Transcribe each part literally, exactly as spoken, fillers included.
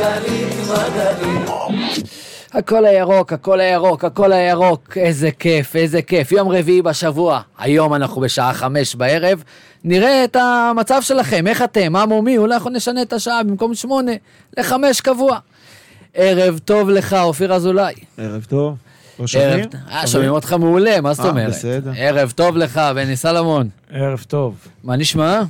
הכל הירוק, הכל הירוק, הכל הירוק, איזה כיף, איזה כיף. יום רביעי בשבוע, היום אנחנו בשעה חמש בערב, נראה את המצב שלכם, איך אתם, מה מומי, אולי אנחנו נשנה את השעה במקום שמונה, לחמש קבוע. ערב טוב לך, אופיר אזולאי. ערב טוב. לא שומעים? אה, שומעים אותך מעולה, מה זאת אומרת? בסדר. ערב טוב לך, בני סלמון. ערב טוב. מה נשמע?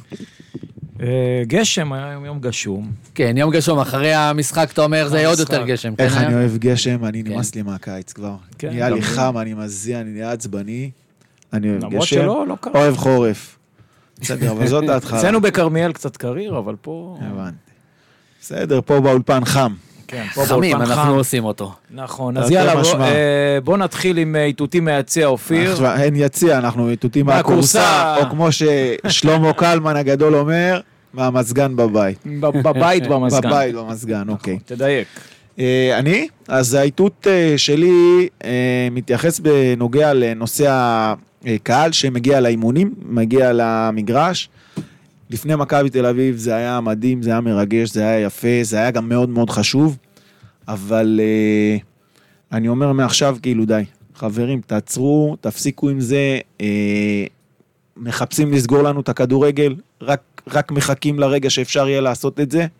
גשם, היה יום גשום. כן, יום גשום, אחרי המשחק אתה אומר, זה עוד יותר גשם. איך אני אוהב גשם, אני נמאס לי מהקיץ כבר. כן, נהיה לי גם חם, אני מזיע, אני נהיה עצבני. אני אוהב למרות גשם. שלא, לא קרה. אוהב חורף. בסדר, אבל זאת ההתחלה. אצלנו בכרמיאל קצת קריר, אבל פה... הבנתי. בסדר, פה באולפן חם. כן, פה חמים, באולפן אנחנו חם. עושים אותו. נכון, תרתי אז יאללה, בוא- משמע. אה, בוא נתחיל עם אה, איתותים מהיציע אופיר. עכשיו, אין יציע, אנחנו איתותים מהכורסה. מהכורסה, או כמו ששלמה קלמן הגדול אומר, מהמזגן בבית. ב- בבית במזגן. בבית במזגן, אוקיי. תדייק. אה, אני? אז האיתות אה, שלי אה, מתייחס בנוגע לנושא הקהל שמגיע לאימונים, מגיע למגרש. לפני מכבי תל אביב זה היה מדהים, זה היה מרגש, זה היה יפה, זה היה גם מאוד מאוד חשוב, אבל אה, אני אומר מעכשיו כאילו די, חברים תעצרו, תפסיקו עם זה, אה, מחפשים לסגור לנו את הכדורגל, רק, רק מחכים לרגע שאפשר יהיה לעשות את זה,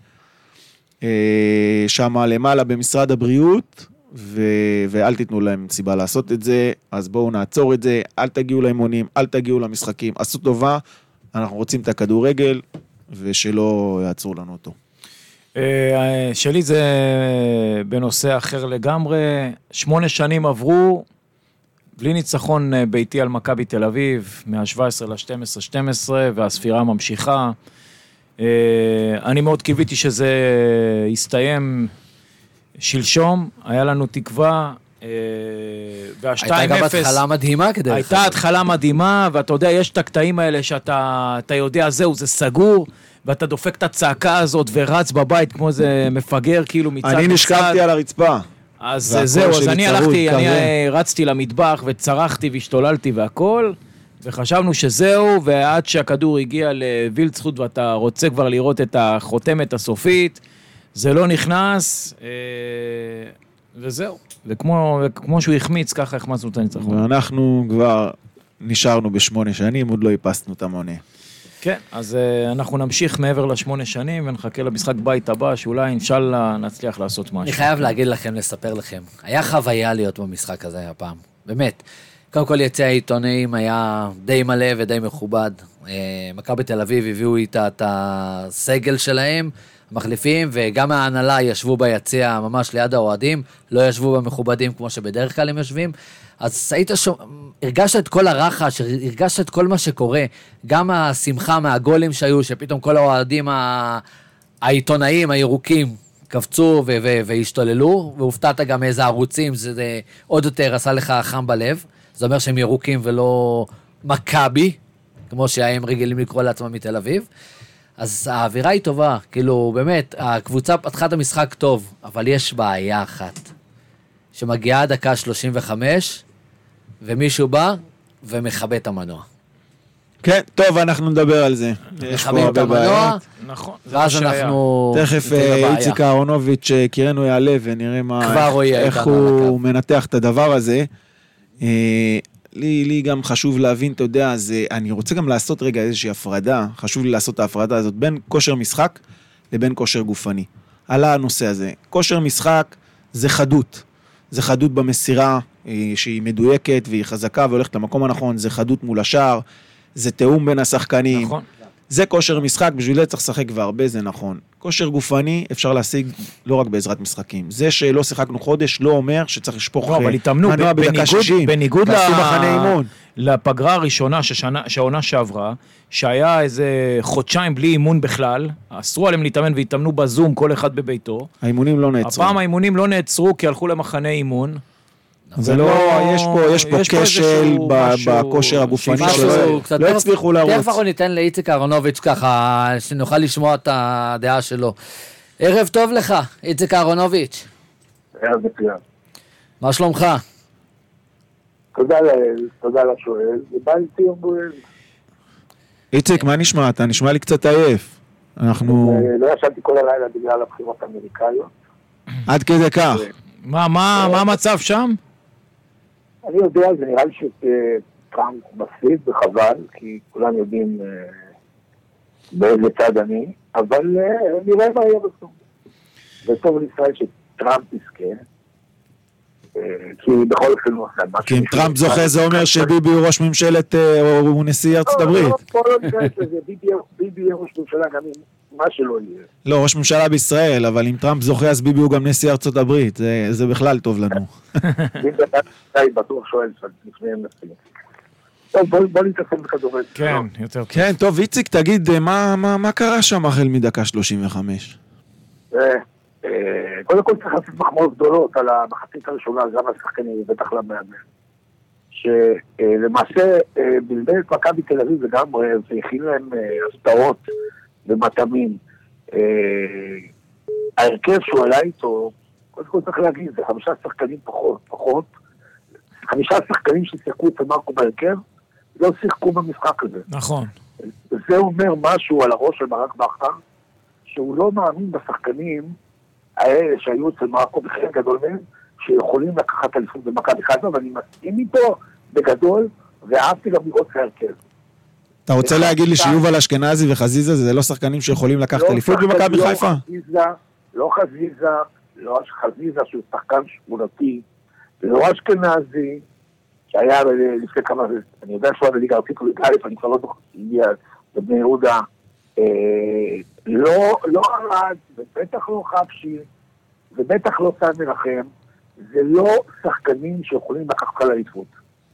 אה, שמה למעלה במשרד הבריאות, ו... ואל תיתנו להם סיבה לעשות את זה, אז בואו נעצור את זה, אל תגיעו לאימונים, אל תגיעו למשחקים, עשו טובה, אנחנו רוצים את הכדורגל, ושלא יעצרו לנו אותו. אה, שלי זה בנושא אחר לגמרי. שמונה שנים עברו, בלי ניצחון ביתי על מכבי תל אביב, מה-שבע עשרה ל-שתים עשרה שתים עשרה, והספירה ממשיכה. אה, אני מאוד קיוויתי שזה יסתיים שלשום, היה לנו תקווה, וה-שתיים אפס... הייתה גם התחלה מדהימה כדי... הייתה התחלה מדהימה, ואתה יודע, יש את הקטעים האלה שאתה אתה יודע, זהו, זה סגור, ואתה דופק את הצעקה הזאת ורץ בבית כמו איזה מפגר, כאילו מצד אני נשכבתי על הרצפה. אז זהו, אז אני צרוד, הלכתי, כזה. אני רצתי למטבח וצרחתי והשתוללתי והכל, וחשבנו שזהו, ועד שהכדור הגיע לווילצחוט ואתה רוצה כבר לראות את החותמת הסופית, זה לא נכנס, אה, וזהו. וכמו, וכמו שהוא החמיץ, ככה החמצנו את הניצחון. ואנחנו כבר נשארנו בשמונה שנים, עוד לא איפסנו את המונה. כן, אז uh, אנחנו נמשיך מעבר לשמונה שנים, ונחכה למשחק בית הבא, שאולי אינשאללה נצליח לעשות משהו. אני חייב להגיד לכם, לספר לכם. היה חוויה להיות במשחק הזה הפעם. באמת. קודם כל יציע העיתונאים היה די מלא ודי מכובד. מכבי תל אביב הביאו איתה את הסגל שלהם, המחליפים, וגם ההנהלה ישבו ביציע ממש ליד האוהדים, לא ישבו במכובדים כמו שבדרך כלל הם יושבים. אז היית שום... הרגשת את כל הרחש, הרגשת את כל מה שקורה, גם השמחה מהגולים שהיו, שפתאום כל האוהדים ה... העיתונאים הירוקים קפצו ו- ו- והשתוללו, והופתעת גם איזה ערוצים, זה, זה עוד יותר עשה לך חם בלב, זה אומר שהם ירוקים ולא מכבי, כמו שהם רגילים לקרוא לעצמם מתל אביב, אז האווירה היא טובה, כאילו באמת, הקבוצה פתחה את המשחק טוב, אבל יש בעיה אחת, שמגיעה דקה שלושים וחמש, ומישהו בא ומחבא את המנוע. כן, טוב, אנחנו נדבר על זה. מחבאים את המנוע, נכון. ואז אנחנו... תכף איציק אהרונוביץ' קירנו יעלה ונראה מה, איך הוא מנתח את הדבר הזה. לי, לי גם חשוב להבין, אתה יודע, אז אני רוצה גם לעשות רגע איזושהי הפרדה, חשוב לי לעשות את ההפרדה הזאת, בין כושר משחק לבין כושר גופני. עלה הנושא הזה. כושר משחק זה חדות. זה חדות במסירה שהיא מדויקת והיא חזקה והולכת למקום הנכון, זה חדות מול השאר, זה תאום בין השחקנים. נכון. זה כושר משחק, בשביל זה צריך לשחק והרבה, זה נכון. כושר גופני אפשר להשיג לא רק בעזרת משחקים. זה שלא שיחקנו חודש לא אומר שצריך לשפוך לא, אבל התאמנו, מנוע בדקה שישים. בניגוד ועשו מחנה אימון. לפגרה הראשונה ששנה, שהעונה שעברה, שהיה איזה חודשיים בלי אימון בכלל, אסרו עליהם להתאמן והתאמנו בזום כל אחד בביתו. האימונים לא נעצרו. הפעם האימונים לא נעצרו כי הלכו למחנה אימון. זה לא, יש פה, יש פה כשל בכושר הגופני שלו, לא הצליחו להרוץ. תכף אנחנו ניתן לאיציק אהרונוביץ' ככה, שנוכל לשמוע את הדעה שלו. ערב טוב לך, איציק אהרונוביץ'. ערב מצוין. מה שלומך? תודה לאל, תודה לשואל, ובאתי אומרים. איציק, מה נשמע? אתה נשמע לי קצת עייף. אנחנו... לא ישנתי כל הלילה בגלל הבחירות האמריקאיות. עד כדי כך. מה, מה, מה המצב שם? אני יודע, זה נראה לי שטראמפ מפסיד וחבל, כי כולם יודעים באיזה צד אני, אבל נראה מה יהיה בסוף. וטוב לישראל שטראמפ יזכה, כי בכל אופן הוא עשה משהו. כי אם טראמפ זוכה זה אומר שביבי הוא ראש ממשלת, או הוא נשיא ארצות הברית. לא, פה לא נראה שזה, ביבי יהיה ראש ממשלה גם אם מה שלא יהיה. לא, ראש ממשלה בישראל, אבל אם טראמפ זוכה אז ביבי הוא גם נשיא ארצות הברית, זה בכלל טוב לנו. אם זה אתה בטוח שואל לפני נשיא. טוב, בוא נתעסק בכדורגל. כן, יותר טוב. כן, טוב, איציק, תגיד, מה קרה שם החל מדקה שלושים וחמש? קודם כל צריך לעשות מחמאות גדולות על המחצית הראשונה, גם לשחקנים ובטח למאמן, שלמעשה בלבל את מכבי תל אביב לגמרי, והכין להם הפתעות ומתאמים. ההרכב שהוא עלה איתו, קודם כל צריך להגיד, זה חמישה שחקנים פחות, פחות, חמישה שחקנים ששיחקו אצל מרקו בהרכב, לא שיחקו במשחק הזה. נכון. זה אומר משהו על הראש של ברק בכר, שהוא לא מאמין בשחקנים האלה שהיו אצל מרקו בחלק גדול מהם, שיכולים לקחת אליפות במכבי חיפה, ואני מסכים איתו בגדול, ואהבתי גם לראות ההרכב. אתה רוצה להגיד לי שיובל אשכנזי וחזיזה זה לא שחקנים שיכולים לקחת אליפות במכבי חיפה? לא חזיזה, לא חזיזה שהוא שחקן שכונתי, לא אשכנזי, שהיה לפני כמה, אני יודע שהוא היה בליגה ארצית וליגה א', אני כבר לא זוכר, הגיע בבני יהודה, לא, לא ערד, ובטח לא חפשי, ובטח לא סן מנחם, זה לא שחקנים שיכולים לקחת על אליפות.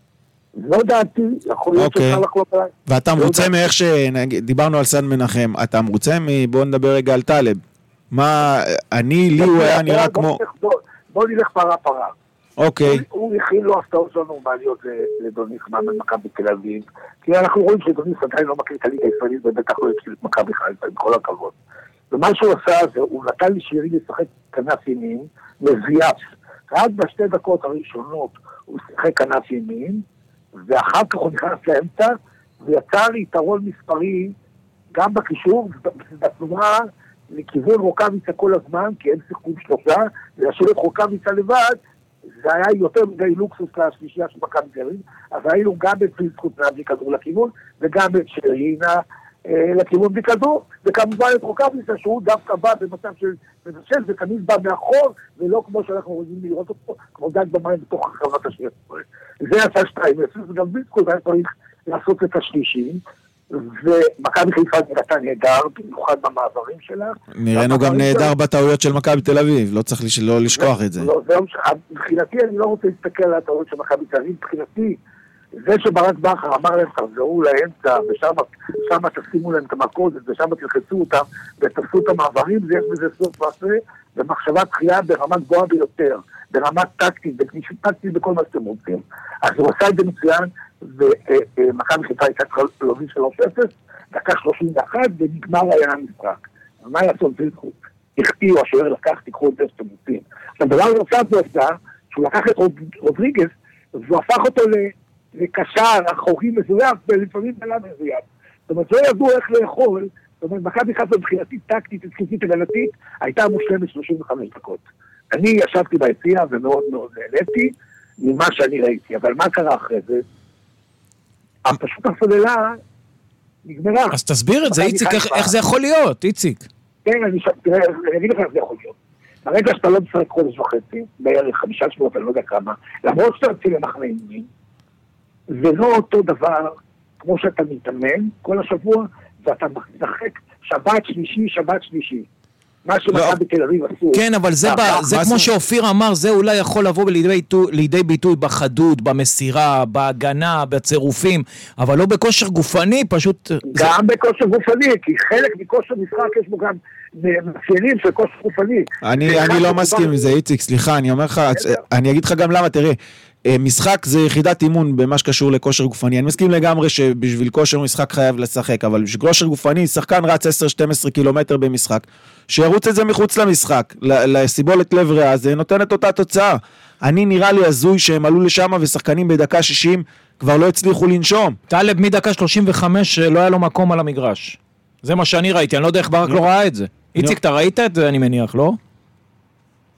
לא דעתי, יכול להיות שאפשר לחלוק עליי. ואתה מרוצה מאיך שדיברנו על סן מנחם, אתה מרוצה מבוא נדבר רגע על טלב. מה, אני, לי הוא היה נראה כמו... בוא נלך פרה פרה. אוקיי. הוא הכין לו הפתעות לא נורמליות לדוניס מאמן מכבי תל אביב, כי אנחנו רואים שדוניס עדיין לא מכיר את הליגה הישראלית ובטח לא התחיל את מכבי חיפה, בכל הכבוד. ומה שהוא עשה זה, הוא נתן לי שירי לשחק כנף ימין, מזויף. רק בשתי דקות הראשונות הוא שיחק כנף ימין, ואחר כך הוא נכנס לאמצע, ויצר לי יתרון מספרי, גם בקישור, בתנועה, לכיוון רוקאביצה כל הזמן, כי הם שיחקו שלושה, ולהשאיר את רוקאביצה לבד, זה היה יותר מדי לוקסוס לשלישייה של מכבי תל אביב, אז היינו גם בפילסקוט בלי כדור לכיוון, וגם את שרינה אה, לכיוון בלי כדור, וכמובן את רוקאביצה שהוא דווקא בא במצב של מבשל, ותמיד בא מאחור, ולא כמו שאנחנו רוצים לראות אותו, כמו דג במים בתוך החברת השנייה. זה יצא שתיים, וגם פילסקוט היה צריך לעשות את השלישי, ומכבי חיפה נראתה נהדר, במיוחד במעברים שלה. נראינו גם נהדר בטעויות של מכבי תל אביב, לא צריך לא לשכוח את זה. מבחינתי אני לא רוצה להסתכל על הטעויות של מכבי תל אביב, מבחינתי זה שברק בכר אמר להם תחזרו לאמצע, ושם תשימו להם את המקוזת, ושם תלחצו אותם, ותפסו את המעברים, זה יש בזה סוף ועשה, ומחשבת תחייה ברמה גבוהה ביותר, ברמת טקטית, בגמישות טקטית בכל מה שאתם רוצים. אז הוא עשה את זה מצוין, ומכבי חיפה הייתה צריכה להוביל שלוש אפס, דקה שלושים ואחת, ונגמר היה המשחק. מה יעשו פילסקוט? הכתיעו, השוער לקח, תיקחו את זה שאתם רוצים. הדבר נוסף זה עשה, שהוא לקח את רודריגז, והוא הפך אותו לקשר, אחורי מזויף, ולפעמים בלם מזויף. זאת אומרת, לא ידעו איך לאכול, זאת אומרת, מכבי חיפה מבחינתית טקטית, התקפית הגנתית, הייתה מושלמת שלושים וחמש דקות. אני ישבתי ביציע ומאוד מאוד נהניתי ממה שאני ראיתי, אבל מה קרה אחרי זה? פשוט הסוללה נגמרה. אז תסביר את זה, איציק, איך זה יכול להיות, איציק? כן, אני אגיד לך איך זה יכול להיות. ברגע שאתה לא משחק חודש וחצי, בערך חמישה שבועות, אני לא יודע כמה, למרות שאתה יוצא למחנה אימונים, זה לא אותו דבר כמו שאתה מתאמן כל השבוע, ואתה משחק שבת שלישי, שבת שלישי. מה שמכבי בתל אביב עשו. כן, אבל זה כמו שאופיר אמר, זה אולי יכול לבוא לידי ביטוי בחדות, במסירה, בהגנה, בצירופים, אבל לא בכושר גופני, פשוט... גם בכושר גופני, כי חלק מכושר משחק יש בו גם מאפיינים של כושר גופני. אני לא מסכים עם זה, איציק, סליחה, אני אומר לך, אני אגיד לך גם למה, תראה, משחק זה יחידת אימון במה שקשור לכושר גופני. אני מסכים לגמרי שבשביל כושר משחק חייב לשחק, אבל בשביל כושר גופני, שחקן רץ עשר שתים עשרה קילומטר במשחק, שירוץ את זה מחוץ למשחק, לסיבולת לב ריאה, זה נותן את אותה תוצאה. אני נראה לי הזוי שהם עלו לשם ושחקנים בדקה שישים כבר לא הצליחו לנשום. טלב מדקה שלושים וחמש לא היה לו מקום על המגרש. זה מה שאני ראיתי, אני לא יודע איך ברק לא ראה את זה. איציק, אתה ראית את זה, אני מניח, לא?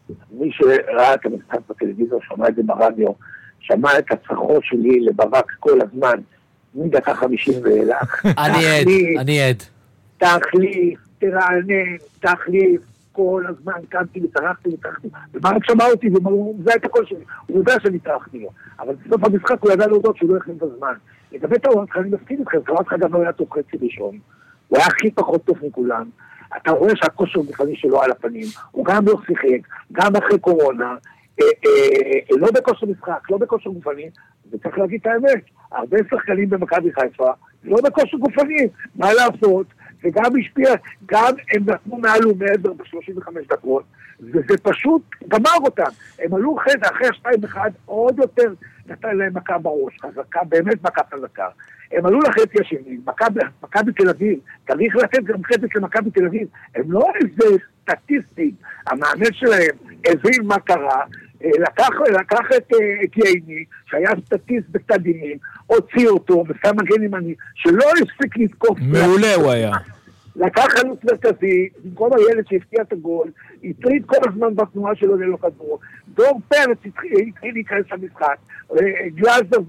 מי שראה את המשחק בטלוויזיה, שמע את זה ברדיו, שמע את הצרחות שלי לברק כל הזמן, מדקה חמישים ואילך. אני עד, אני עד. תחליף, תרענן, תחליף, כל הזמן קמתי וצרחתי וצרחתי, וברק שמע אותי, והוא זה את הכל שלי, הוא יודע שאני צרחתי לו, אבל בסוף המשחק הוא ידע להודות שהוא לא החליט בזמן. לגבי טעות, אני מסכים איתכם, טעות גם לא היה טוב חצי ראשון, הוא היה הכי פחות טוב מכולם, אתה רואה שהכושר בכלל שלו על הפנים, הוא גם לא שיחק, גם אחרי קורונה, אה, אה, לא בכושר משחק, לא בכושר גופני, וצריך להגיד את האמת, הרבה שחקנים במכבי חיפה, לא בכושר גופני, מה לעשות, וגם השפיע, גם הם נתנו מעל ומעבר ב-שלושים וחמש דקות, וזה פשוט גמר אותם. הם עלו חד, אחרי השתיים אחד, עוד יותר נתן להם מכה בראש, חזקה, באמת מכה חזקה. הם עלו לחצי השני, מכבי תל אביב, צריך לתת גם חצי למכבי תל אביב, הם לא איזה סטטיסטים, המאמן שלהם הבין מה קרה, לקח, לקח את, את ייני, שהיה סטטיסט בתדימים, הוציא אותו, ושם מגן ימני, שלא הספיק לתקוף. מעולה הוא היה. לקח חלוץ מרכזי, במקום הילד שהפתיע את הגול, הטריד כל הזמן בתנועה שלו ללא כדור, דור פרץ התחיל להיכנס למשחק, גלאזר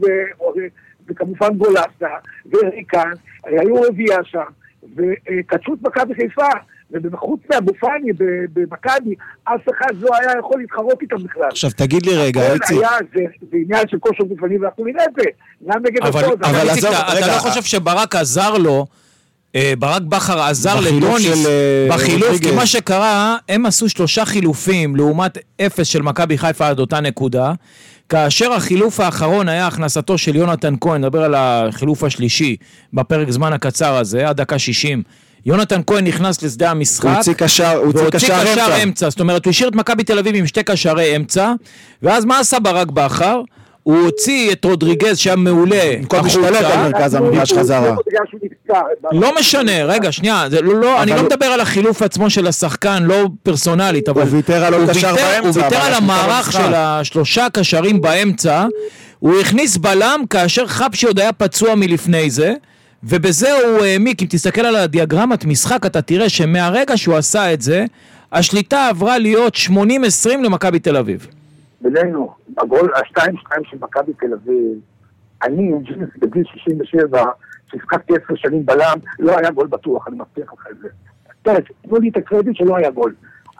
וכמובן גולסה, וריקן, היו רביעה שם, וקצ'ו את מכבי חיפה, ובחוץ מהבופני, במכבי, אף אחד לא היה יכול להתחרות איתם בכלל. עכשיו תגיד לי רגע, איציק. זה עניין של כושר גופני, ואנחנו נראה את זה. גם נגד הסוד. אבל אתה לא חושב שברק עזר לו, ברק בכר עזר לדוניס בחילוף, כי מה שקרה, הם עשו שלושה חילופים, לעומת אפס של מכבי חיפה עד אותה נקודה, כאשר החילוף האחרון היה הכנסתו של יונתן כהן, נדבר על החילוף השלישי, בפרק זמן הקצר הזה, עד דקה שישים, יונתן כהן נכנס לשדה המשחק, הוא הוציא קשר אמצע. אמצע, זאת אומרת, הוא השאיר את מכבי תל אביב עם שתי קשרי אמצע, ואז מה עשה ברק בכר? הוא הוציא את רודריגז שהיה מעולה, כל משתלט על מרכז המגרש חזרה. לא משנה, רגע, שנייה, אני לא מדבר על החילוף עצמו של השחקן, לא פרסונלית, אבל הוא ויתר על הקשר באמצע. הוא ויתר על המערך של השלושה קשרים באמצע, הוא הכניס בלם כאשר חפשי עוד היה פצוע מלפני זה, ובזה הוא העמיק, אם תסתכל על הדיאגרמת משחק, אתה תראה שמהרגע שהוא עשה את זה, השליטה עברה להיות שמונים עשרים למכבי תל אביב. בינינו, בגול השתיים שתיים של מכבי תל אביב, אני עם ג'ינס בגיל שישים ושבע, שהשחקתי עשר שנים בלם, לא היה גול בטוח, אני מבטיח לך את זה. תראה, תנו לי את הקרדיט שלא היה גול.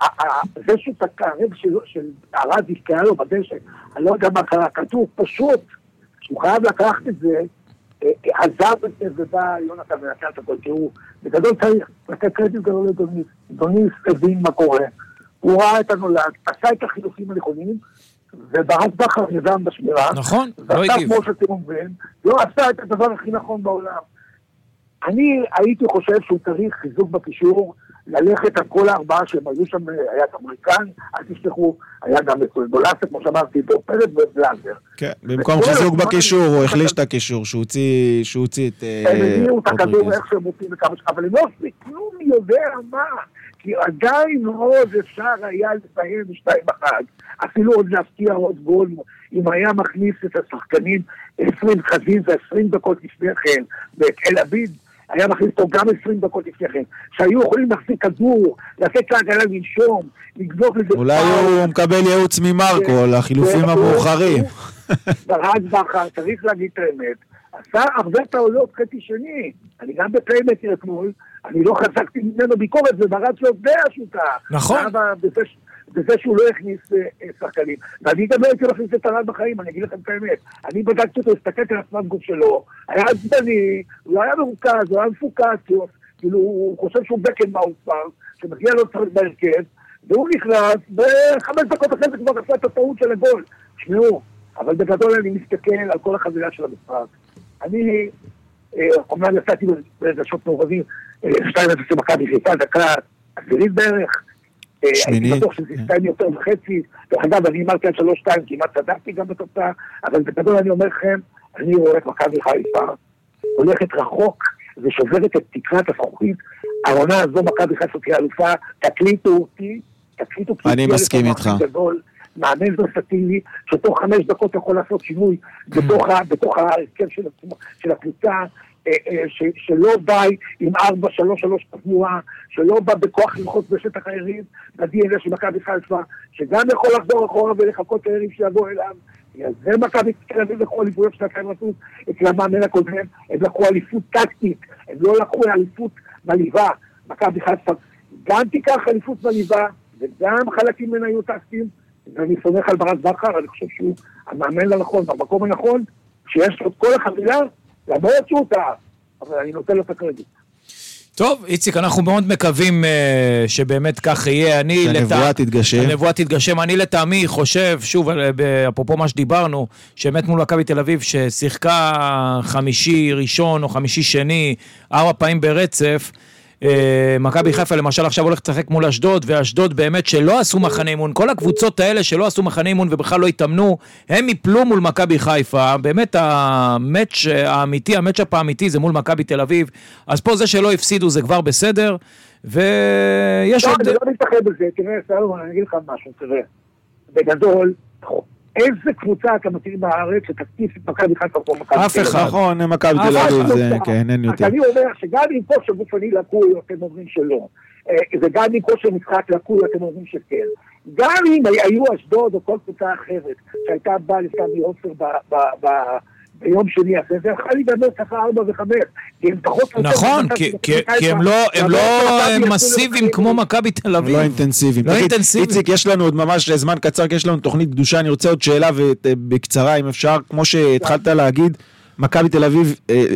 זה שתקע, הרב של ערד התקעה לו בדשא, אני לא יודע מה קרה, כתוב פשוט, שהוא חייב לקחת את זה, עזב את זה ובא יונתן ונתן את הכל, כי הוא בגדול צריך לתת קרדיט גדול לדוניס, דוניס הבין מה קורה, הוא ראה את הנולד, עשה את החילופים הנכונים, וברק בכר יזם בשמירה, נכון, לא ועשה הגיב. כמו שאתם אומרים, לא עשה את הדבר הכי נכון בעולם. אני הייתי חושב שהוא צריך חיזוק בקישור, ללכת על כל הארבעה שהם היו שם, היה את אמריקן, אל תשכחו, היה גם את גולסה, כמו שאמרתי, דור פרץ ובלנדר. כן, במקום חיזוק בקישור, הוא החליש את הקישור, שהוא הוציא את... הם הביאו את הכדור איך שהם מוצאים וכמה שכם, אבל הם לא ספיקלו מי יודע מה, כי עדיין עוד אפשר היה לסיים בשתיים אחד, אפילו עוד להפתיע עוד גול, אם היה מכניס את השחקנים עשרים חזיזה, עשרים דקות לפני כן, ואת אל עביד, היה מכניס אותו גם עשרים דקות לפני כן, שהיו יכולים להחזיק כדור, לתת להגנה לנשום, לגזוק לזה... אולי הוא מקבל ייעוץ ממרקו, לחילופים המאוחרים. ברק בכר, צריך להגיד את האמת, עשה הרבה טעויות חצי שני, אני גם בפליימקר אתמול, אני לא חזקתי ממנו ביקורת, וברק יודע שהוא טעה. נכון. בזה שהוא לא הכניס שחקנים. ואני גם לא הייתי להכניס את הרב בחיים, אני אגיד לכם את האמת. אני בדקתי אותו, הסתכלתי על עצמת גוף שלו, היה עצבני, הוא לא היה מרוכז, הוא היה מפוקס, כאילו הוא חושב שהוא בקן מהאופר, שמגיע לו צריך בהרכב, והוא נכנס, וחמש דקות אחרי זה כבר עשה את הטעות של הגול. שמעו, אבל בגדול אני מסתכל על כל החבילה של המשחק. אני, אומנם יצאתי ברגשות מעורבים, שתיים אפס למכבי חיפה, דקה עשירית בערך, הייתי בטוח שזה שתיים יותר וחצי, ואגב, אני אמרתי על שלוש שתיים, כמעט צדקתי גם בתוצאה, אבל בגדול אני אומר לכם, אני רואה את מכבי חיפה, הולכת רחוק ושוברת את תקרת הזכוכית, העונה הזו מכבי חיפה תהיה אלופה, תקליטו אותי, תקליטו אותי, אני מסכים איתך. מאמן ורסטילי, שתוך חמש דקות יכול לעשות שינוי בתוך ההרכב של הקבוצה, שלא בא עם ארבע שלוש שלוש תנועה, שלא בא בכוח ללחוץ בשטח היריב, ב-די אן איי של מכבי חיפה, שגם יכול לחזור אחורה ולחכות היריב שיבוא אליו. זה מכבי תל אביב לקחו אליפויות שנתיים רצוף אצל המאמן הקודם, הם לקחו אליפות טקטית, הם לא לקחו אליפות מליבה. מכבי חיפה גם תיקח אליפות מליבה, וגם חלקים ממנה היו טקטיים, ואני סומך על ברק בכר, אני חושב שהוא המאמן הנכון, במקום הנכון, שיש לו את כל החבילה, למרות שהוא טעה, אבל אני נותן לו את הקרדיט. טוב, איציק, אנחנו מאוד מקווים uh, שבאמת כך יהיה. אני הנבואה תתגשם. הנבואה תתגשם. אני לטעמי חושב, שוב, אפרופו מה שדיברנו, שבאמת מול מכבי תל אביב, ששיחקה חמישי ראשון או חמישי שני, ארבע פעמים ברצף, מכבי חיפה למשל עכשיו הולכת לשחק מול אשדוד, ואשדוד באמת שלא עשו מחנה אימון, כל הקבוצות האלה שלא עשו מחנה אימון ובכלל לא התאמנו, הם יפלו מול מכבי חיפה, באמת המאץ' האמיתי, המאץ'-אפ האמיתי זה מול מכבי תל אביב, אז פה זה שלא הפסידו זה כבר בסדר, ויש עוד... אני לא מתחד בזה, תראה, סלום, אני אגיד לך משהו, תראה, בגדול, איזה קבוצה אתה מתאים בארץ שתקטיף את מכבי חיפה פה מכבי? אף אחד. נכון, מכבי תל אביב זה, כן, אין יותר. אז אני אומר שגם עם כושר גופני לקוי, אתם אומרים שלא. וגם עם כושר משחק לקוי, אתם אומרים שכן. גם אם היו אשדוד או כל קבוצה אחרת, שהייתה באה לסמי עופר ביום שני הזה, זה יכול להיגמר ככה ארבע וחמש. נכון, כי הם לא מסיביים כמו מכבי תל אביב. לא אינטנסיביים. איציק, יש לנו עוד ממש זמן קצר, כי יש לנו תוכנית קדושה, אני רוצה עוד שאלה ובקצרה, אם אפשר, כמו שהתחלת להגיד, מכבי תל אביב,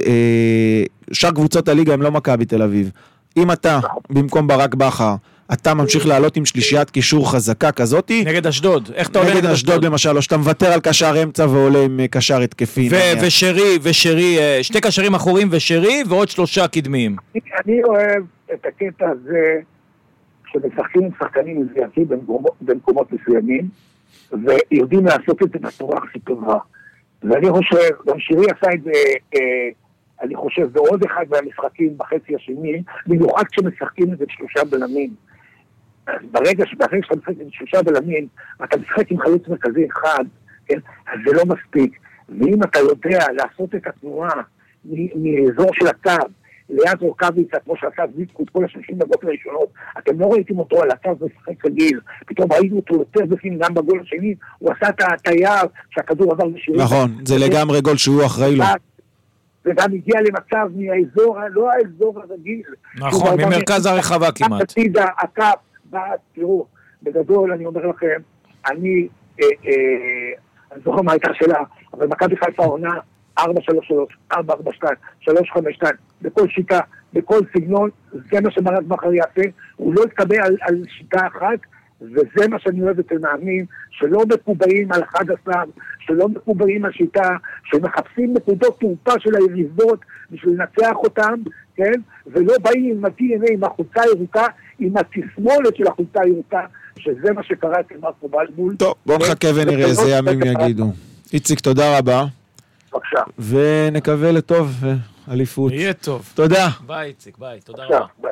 שאר קבוצות הליגה הם לא מכבי תל אביב. אם אתה, במקום ברק בכר, אתה ממשיך לעלות עם שלישיית קישור חזקה כזאתי. נגד אשדוד. איך אתה עולה נגד אשדוד למשל, או שאתה מוותר על קשר אמצע ועולה עם קשר התקפי. ושרי, ושרי, שתי קשרים אחוריים ושרי, ועוד שלושה קדמיים. אני אוהב את הקטע הזה, שמשחקים עם שחקנים מזויקים במקומות מסוימים, ויודעים לעשות את זה בצורה הכי טובה. ואני חושב, גם שרי עשה את זה, אני חושב, זה עוד אחד מהמשחקים בחצי השני, במיוחד כשמשחקים את זה שלושה בלמים. ברגע שבאחרי שאתה משחק את שלושה בלמים, אתה משחק עם חלוץ מרכזי אחד, כן? אז זה לא מספיק. ואם אתה יודע לעשות את התנועה מאזור של הקו, ליד רוקביצה, כמו שעשה זיסקו את כל השלושים דקות הראשונות, אתם לא ראיתם אותו על הקו משחק רגיל, פתאום ראינו אותו יותר בפנים גם בגול השני, הוא עשה את ההטייה שהכדור עבר בשירים. נכון, זה לגמרי גול שהוא אחראי לו. וגם הגיע למצב מהאזור, לא האזור הרגיל. נכון, ממרכז הרחבה כמעט. הצידה, הקו, תראו, בגדול אני אומר לכם, אני, אני זוכר מה הייתה שלה, אבל מכבי חיפה עונה ארבע שלוש שלוש, ארבע ארבע שתיים, שלוש חמש שתיים, בכל שיטה, בכל סגנון, זה מה שברק בכר יעשה, הוא לא יתקבל על, על שיטה אחת, וזה מה שאני אוהב אצל מאמנים, שלא מקובעים על אחד עשר, שלא מקובעים על שיטה, שמחפשים נקודות תורפה של היריבות בשביל לנצח אותם, כן? ולא באים עם ה-די אן איי, עם החולצה הירוקה, עם התסמולת של החולצה הירוקה, שזה מה שקרה אצל מרקו בלבול. טוב, בוא נחכה ונראה איזה ימים יגידו. איציק, תודה רבה. בבקשה. ונקווה לטוב אליפות. יהיה טוב. תודה. ביי איציק, ביי, תודה רבה. ביי.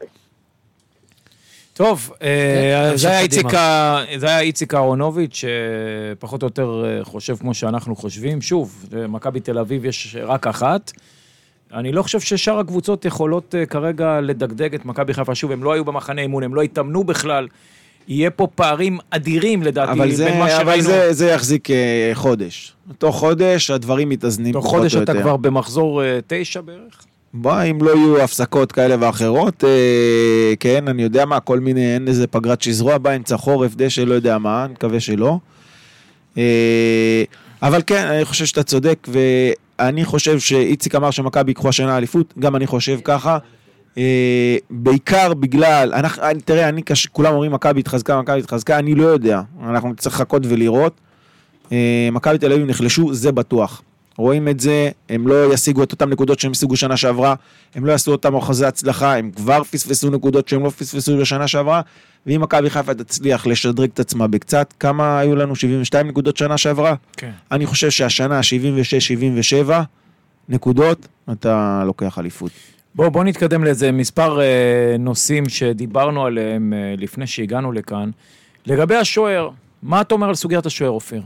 טוב, זה היה איציק אהרונוביץ' שפחות או יותר חושב כמו שאנחנו חושבים. שוב, מכבי תל אביב יש רק אחת. אני לא חושב ששאר הקבוצות יכולות כרגע לדגדג את מכבי חיפה. שוב, הם לא היו במחנה אימון, הם לא התאמנו בכלל. יהיה פה פערים אדירים לדעתי בין מה שראינו. אבל זה, זה יחזיק חודש. תוך חודש הדברים מתאזנים. תוך חודש אתה כבר במחזור תשע בערך? בוא, אם לא יהיו הפסקות כאלה ואחרות, אה, כן, אני יודע מה, כל מיני, אין איזה פגרת שזרוע באמצע חורף, דשא, לא יודע מה, אני מקווה שלא. אה, אבל כן, אני חושב שאתה צודק, ואני חושב שאיציק אמר שמכבי יקחו השנה אליפות, גם אני חושב ככה, אה, בעיקר בגלל, אנחנו, אני, תראה, אני, כולם אומרים מכבי התחזקה, מכבי התחזקה, אני לא יודע, אנחנו צריך לחכות ולראות, אה, מכבי תל אביב נחלשו, זה בטוח. רואים את זה, הם לא ישיגו את אותם נקודות שהם השיגו שנה שעברה, הם לא יעשו אותם אחוזי הצלחה, הם כבר פספסו נקודות שהם לא פספסו בשנה שעברה, ואם מכבי חיפה תצליח לשדרג את עצמה בקצת, כמה היו לנו? שבעים ושתיים נקודות שנה שעברה? כן. אני חושב שהשנה שבעים ושש שבעים ושבע נקודות, אתה לוקח אליפות. בוא, בוא נתקדם לאיזה מספר אה, נושאים שדיברנו עליהם אה, לפני שהגענו לכאן. לגבי השוער, מה אתה אומר על סוגיית השוער, אופיר?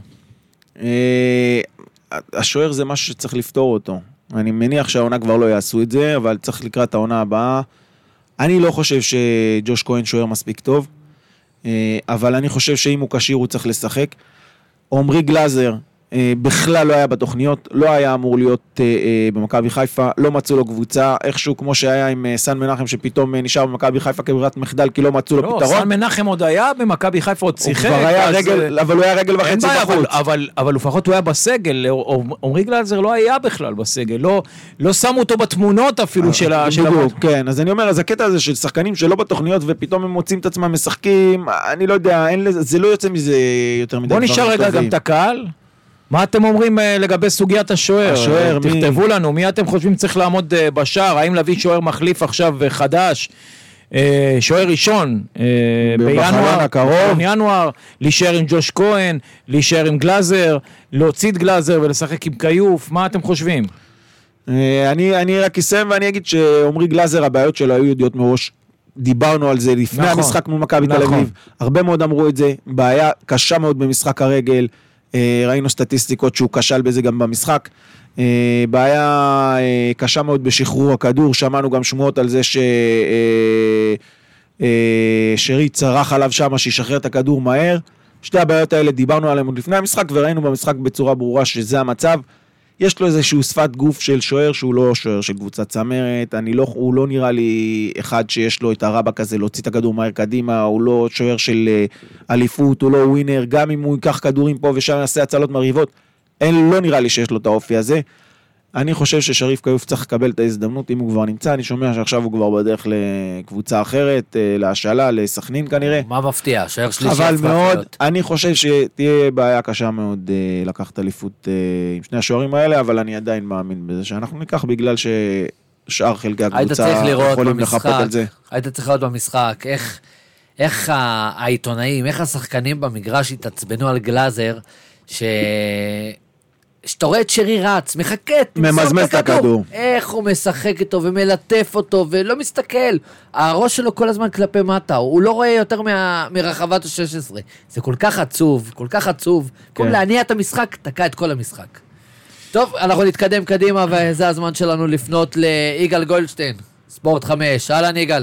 השוער זה משהו שצריך לפתור אותו. אני מניח שהעונה כבר לא יעשו את זה, אבל צריך לקראת העונה הבאה. אני לא חושב שג'וש כהן שוער מספיק טוב, אבל אני חושב שאם הוא קשיר הוא צריך לשחק. עומרי גלאזר בכלל לא היה בתוכניות, לא היה אמור להיות במכבי חיפה, לא מצאו לו קבוצה, איכשהו כמו שהיה עם סן מנחם שפתאום נשאר במכבי חיפה כברירת מחדל כי לא מצאו לו פתרון. לא, סן מנחם עוד היה במכבי חיפה, עוד שיחק. הוא כבר היה רגל, אבל הוא היה רגל וחצי בחוץ. אבל לפחות הוא היה בסגל, עומרי גלאזר לא היה בכלל בסגל, לא שמו אותו בתמונות אפילו של ה... כן, אז אני אומר, אז הקטע הזה של שחקנים שלא בתוכניות ופתאום הם מוצאים את עצמם משחקים, אני לא יודע, זה לא יוצא מזה יותר מדי. בוא נשאר רגע גם את הקהל. מה אתם אומרים לגבי סוגיית השוער? השוער, תכתבו מי... לנו, מי אתם חושבים צריך לעמוד בשער? האם להביא שוער מחליף עכשיו חדש? שוער ראשון, בינואר, הקרוב, בינואר, להישאר עם ג'וש כהן, להישאר עם גלאזר, להוציא את גלאזר ולשחק עם קיוף, מה אתם חושבים? אני, אני רק אסיים ואני אגיד שעומרי גלאזר, הבעיות שלו היו יודעות מראש, דיברנו על זה לפני נכון, המשחק מול מכבי נכון. תל אביב, הרבה מאוד אמרו את זה, בעיה קשה מאוד במשחק הרגל, ראינו סטטיסטיקות שהוא כשל בזה גם במשחק, בעיה קשה מאוד בשחרור הכדור, שמענו גם שמועות על זה ששרי צרח עליו שם שישחרר את הכדור מהר, שתי הבעיות האלה דיברנו עליהן עוד לפני המשחק וראינו במשחק בצורה ברורה שזה המצב, יש לו איזשהו שפת גוף של שוער שהוא לא שוער של קבוצת צמרת, אני לא, הוא לא נראה לי אחד שיש לו את הרבק הזה להוציא את הכדור מהר קדימה, הוא לא שוער של אליפות, הוא לא ווינר, גם אם הוא ייקח כדורים פה ושם יעשה הצלות מריבות, אין, לא נראה לי שיש לו את האופי הזה. אני חושב ששריף קיוף צריך לקבל את ההזדמנות אם הוא כבר נמצא, אני שומע שעכשיו הוא כבר בדרך לקבוצה אחרת, להשאלה, לסכנין כנראה. מה מפתיע? שוער שלישי. אבל מאוד, אני חושב שתהיה בעיה קשה מאוד לקחת אליפות עם שני השוערים האלה, אבל אני עדיין מאמין בזה שאנחנו ניקח בגלל ששאר חלקי הקבוצה יכולים לחפות על זה. היית צריך לראות במשחק, איך, איך העיתונאים, איך השחקנים במגרש התעצבנו על גלאזר, ש... שאתה רואה את שרי רץ, מחכה, ממזמז את הכדור. איך הוא משחק איתו ומלטף אותו ולא מסתכל. הראש שלו כל הזמן כלפי מטה, הוא לא רואה יותר מה, מרחבת ה-שש עשרה. זה כל כך עצוב, כל כך עצוב. כן. כמו להניע את המשחק, תקע את כל המשחק. טוב, אנחנו נתקדם קדימה, וזה הזמן שלנו לפנות ליגאל גולדשטיין, ספורט חמש. אהלן יגאל.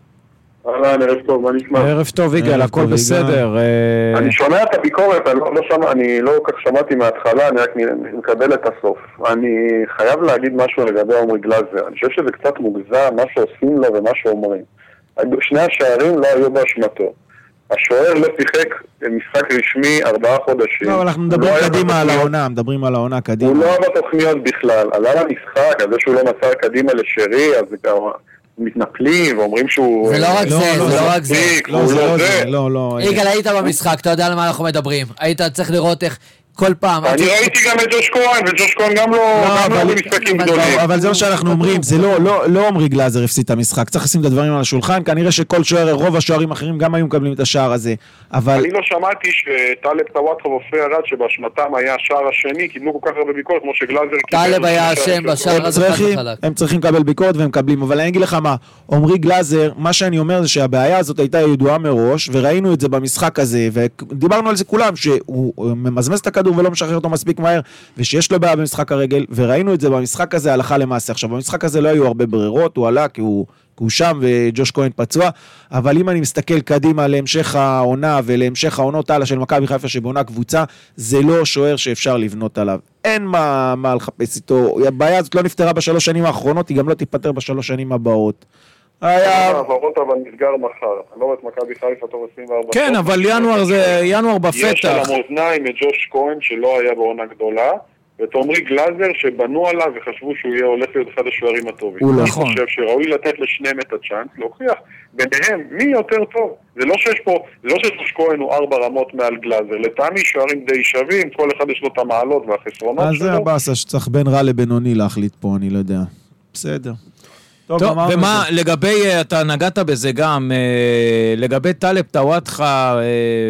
אהלן, ערב טוב, מה נשמע? ערב טוב, יגאל, הכל בסדר. אני שומע את הביקורת, אני לא כך שמעתי מההתחלה, אני רק מקבל את הסוף. אני חייב להגיד משהו לגבי עומרי גלאזר. אני חושב שזה קצת מוגזם, מה שעושים לו ומה שאומרים. שני השערים לא היו באשמתו. השוער לא שיחק משחק רשמי ארבעה חודשים. לא, אנחנו מדברים קדימה על העונה, מדברים על העונה קדימה. הוא לא בתוכניות בכלל. עלה למשחק, על זה שהוא לא מסר קדימה לשרי, אז זה כבר... מתנפלים ואומרים שהוא... זה לא רק זה, זה לא רק זה. לא, זה לא זה. לא, לא. יגאל, היית במשחק, אתה יודע על מה אנחנו מדברים. היית צריך לראות איך כל פעם... אני ראיתי גם את ג'וש כהן, וג'וש כהן גם לא במשחקים גדולים. אבל זה מה שאנחנו אומרים, זה לא עומרי גלאזר הפסיד את המשחק, צריך לשים את הדברים על השולחן, כנראה שכל שוער, רוב השוערים האחרים גם היו מקבלים את השער הזה, אבל... אני לא שמעתי שטלב טוואטחה ועופרי ארד שבאשמתם היה השער השני, קיבלו כל כך הרבה ביקורת, כמו שגלאזר... טלב היה השם בשער הזה חלק. הם צריכים לקבל ביקורת והם מקבלים, אבל אני אגיד לך מה, עומרי גלאזר, מה שאני אומר זה שהבעיה הזאת הייתה ידועה מראש, וראינו את זה במשחק הזה, ודיברנו על זה כולם, שהוא ממזמז את הכדור ולא משחרר אותו מספיק מהר, ושיש לו בעיה במשחק הרגל, וראינו את זה במשחק הזה הלכה למעשה. עכשיו, במשחק הזה לא היו הרבה ברירות, הוא עלה כי הוא, כי הוא שם וג'וש כהן פצוע, אבל אם אני מסתכל קדימה להמשך העונה ולהמשך העונות הלאה של מכבי חיפה שבעונה קבוצה, זה לא שוער שאפשר לבנות עליו. אין מה, מה לחפש איתו. הבעיה הזאת לא נפתרה בשלוש שנים האחרונות, היא גם לא תיפטר בשלוש שנים הבאות. היה... העברות אבל נסגר מחר. אני לא רואה את מכבי חיפה תוך עשרים וארבע. כן, אבל ינואר זה ינואר בפתח. יש על המאזניים את ג'וש כהן שלא היה בעונה גדולה, ואת עומרי גלאזר שבנו עליו וחשבו שהוא יהיה הולך להיות אחד השוערים הטובים. אני חושב שראוי לתת לשניהם את הצ'אנס, להוכיח ביניהם מי יותר טוב. זה לא שיש פה, זה לא שג'וש כהן הוא ארבע רמות מעל גלאזר. לטעמי שוערים די שווים, כל אחד יש לו את המעלות והחסרונות שלו. אז זה הבאסה שצריך בין רע לבינוני להחליט פה, אני לא יודע. בסדר. טוב, טוב ומה, זה. לגבי, אתה נגעת בזה גם, לגבי טלב טוואטחה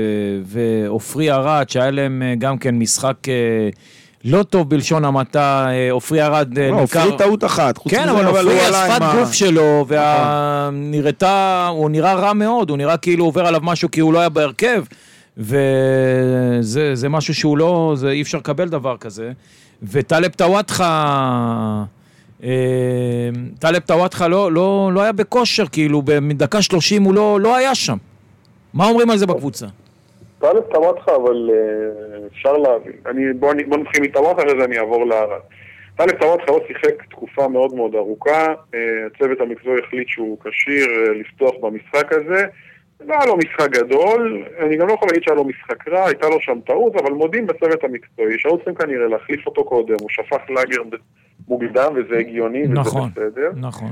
ואופרי ארד, שהיה להם גם כן משחק לא טוב בלשון המעטה, אופרי ארד לא, אופרי טעות אחת. כן, אבל אופרי, השפת גוף שלו, והוא נראה רע מאוד, הוא נראה כאילו עובר עליו משהו כי הוא לא היה בהרכב, וזה זה משהו שהוא לא, זה אי אפשר לקבל דבר כזה, וטלב טוואטחה, טלב טוואטחה לא, לא, לא היה בכושר, כאילו, בדקה שלושים הוא לא, לא היה שם. מה אומרים על זה בקבוצה? טלב טוואטחה, אבל אפשר להבין. אני, בוא, בוא נתחיל מטוואטחה, אחרי זה אני אעבור לערד. טלב טוואטחה לא שיחק תקופה מאוד מאוד ארוכה, הצוות המקצועי החליט שהוא כשיר לפתוח במשחק הזה, לא היה לו משחק גדול, אני גם לא יכול להגיד שהיה לו משחק רע, הייתה לו שם טעות, אבל מודים בצוות המקצועי, שהיו צריכים כנראה להחליף אותו קודם, הוא שפך לאגר מוקדם וזה הגיוני וזה נכון, בסדר. נכון.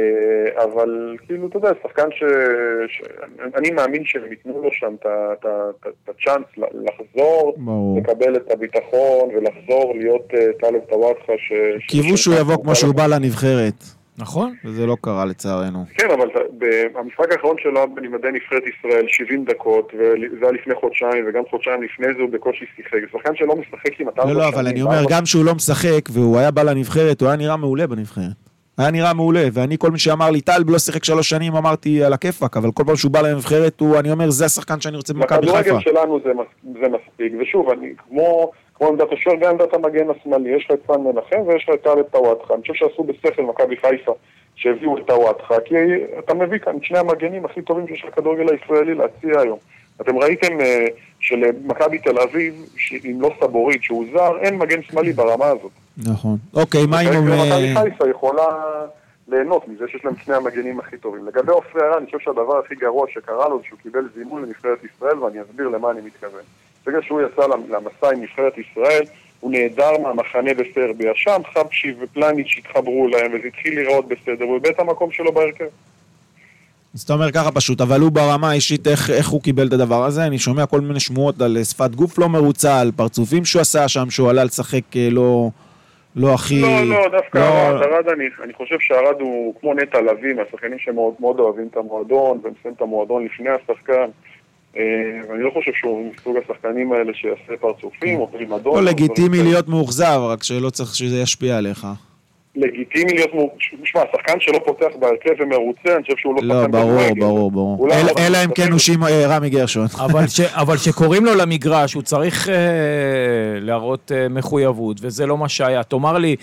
אבל כאילו, אתה יודע, שחקן ש... ש... אני מאמין שהם ייתנו לו שם את הצ'אנס לחזור, לקבל את הביטחון ולחזור להיות טלב טוואטחה ש... קיוו שהוא יבוא כמו שהוא בא לנבחרת. נכון. וזה לא קרה לצערנו. כן, אבל במשחק האחרון שלו בלימדי נבחרת ישראל, שבעים דקות, וזה היה לפני חודשיים, וגם חודשיים לפני זה הוא בקושי שיחק. זה שחקן שלא משחק עם ארבע לא, לא, אבל אני אומר, גם שהוא לא משחק, והוא היה בא לנבחרת, הוא היה נראה מעולה בנבחרת. היה נראה מעולה, ואני כל מי שאמר לי, טל לא שיחק שלוש שנים, אמרתי על הכיפק, אבל כל פעם שהוא בא לנבחרת, אני אומר, זה השחקן שאני רוצה במכבי חיפה. בכדורגל שלנו זה מספיק, ושוב, אני כמו... כמו עמדת השוער, גם עמדת המגן השמאלי, יש לך את סן מנחם ויש לך את טלב טוואטחה. אני חושב שעשו בשכל מכבי חיפה שהביאו את טוואטחה, כי אתה מביא כאן שני המגנים הכי טובים שיש לכדורגל הישראלי להציע היום. אתם ראיתם שלמכבי תל אביב, אם לא סבורית, שהוא זר, אין מגן שמאלי ברמה הזאת. נכון. אוקיי, מה אם... מכבי חיפה יכולה ליהנות מזה שיש להם שני המגנים הכי טובים. לגבי עופרי ארד, אני חושב שהדבר הכי גרוע שקרה לו, שהוא קיבל זימון לנבחרת ישראל, ואני אסביר למה אני מתכוון. בגלל שהוא יצא למסע עם נבחרת ישראל, הוא נהדר מהמחנה בסרביה, שם חבשי ופלניץ' התחברו להם, וזה התחיל לראות בסדר, הוא בית המקום שלו בהרכב. אז אתה אומר ככה פשוט, אבל הוא ברמה האישית, איך, איך הוא קיבל את הדבר הזה? אני שומע כל מיני שמועות על שפת גוף לא מרוצה, על פרצופים שהוא עשה שם, שהוא עלה לשחק לא, לא הכי... לא, לא, דווקא לא... ארד, אני, אני חושב שארד הוא כמו נטע לביא, מהשחקנים שמאוד מאוד אוהבים את המועדון, ומסיים את המועדון לפני השחקן. ואני לא חושב שהוא מסוג השחקנים האלה שיעשה פרצופים או פרימדון. לא לגיטימי להיות מאוכזב, רק שלא צריך שזה ישפיע עליך. לגיטימי להיות מאוכזב, משמע, השחקן שלא פותח בהרכב ומרוצה, אני חושב שהוא לא שחקן... לא, ברור, ברור, ברור. אלא אם כן הוא רמי גרשון. אבל שקוראים לו למגרש, הוא צריך להראות מחויבות, וזה לא מה שהיה. תאמר לי,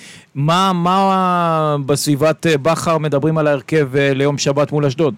מה בסביבת בחר מדברים על ההרכב ליום שבת מול אשדוד?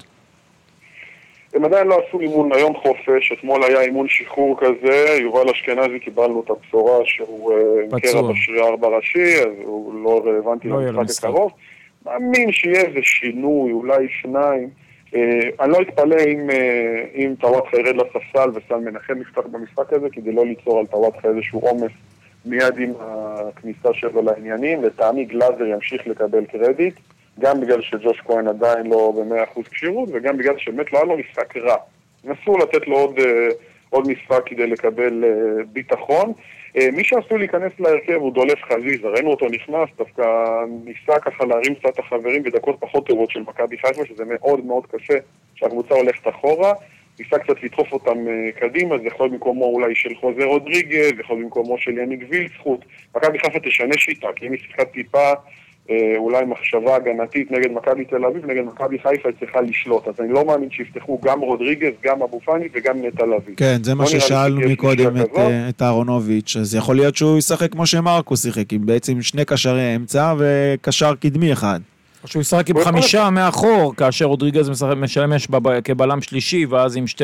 הם עדיין לא עשו אימון היום חופש, אתמול היה אימון שחרור כזה, יובל אשכנזי קיבלנו את הבשורה שהוא קרע בשרייר בראשי, אז הוא לא רלוונטי למשחק הקרוב. מאמין שיהיה איזה שינוי, אולי שניים. אני לא אתפלא אם, אם טוואטחה ירד לספסל וסן מנחם יפתח במשחק הזה, כדי לא ליצור על טוואטחה איזשהו עומס מיד עם הכניסה שלו לעניינים, לטעמי גלאזר ימשיך לקבל קרדיט. גם בגלל שג'וש כהן עדיין לא ב-מאה אחוז כשירות, וגם בגלל שבאמת לא היה לו משחק רע. נסו לתת לו עוד, עוד משחק כדי לקבל ביטחון. מי שעשו להיכנס להרכב הוא דולף חזיזה, ראינו אותו נכנס, דווקא ניסה ככה להרים קצת החברים בדקות פחות טובות של מכבי חיפה, שזה מאוד מאוד קשה שהקבוצה הולכת אחורה, ניסה קצת לדחוף אותם קדימה, זה יכול במקומו אולי של חוזה רודריגז, זה יכול במקומו של יניק וילצחוט, מכבי חיפה תשנה שיטה, כי אם היא שיחת טיפה אולי מחשבה הגנתית נגד מכבי תל אביב, נגד מכבי חיפה צריכה לשלוט, אז אני לא מאמין שיפתחו גם רודריגז, גם אבו פאני וגם נטע לביא. כן, זה מה ששאלנו מקודם את, את אהרונוביץ', אז יכול להיות שהוא ישחק כמו שמרקו שיחק, עם בעצם שני קשרי אמצע וקשר קדמי אחד. או שהוא ישחק עם חמישה מאחור, כאשר רודריגז משמש כבלם שלישי, ואז עם שתי...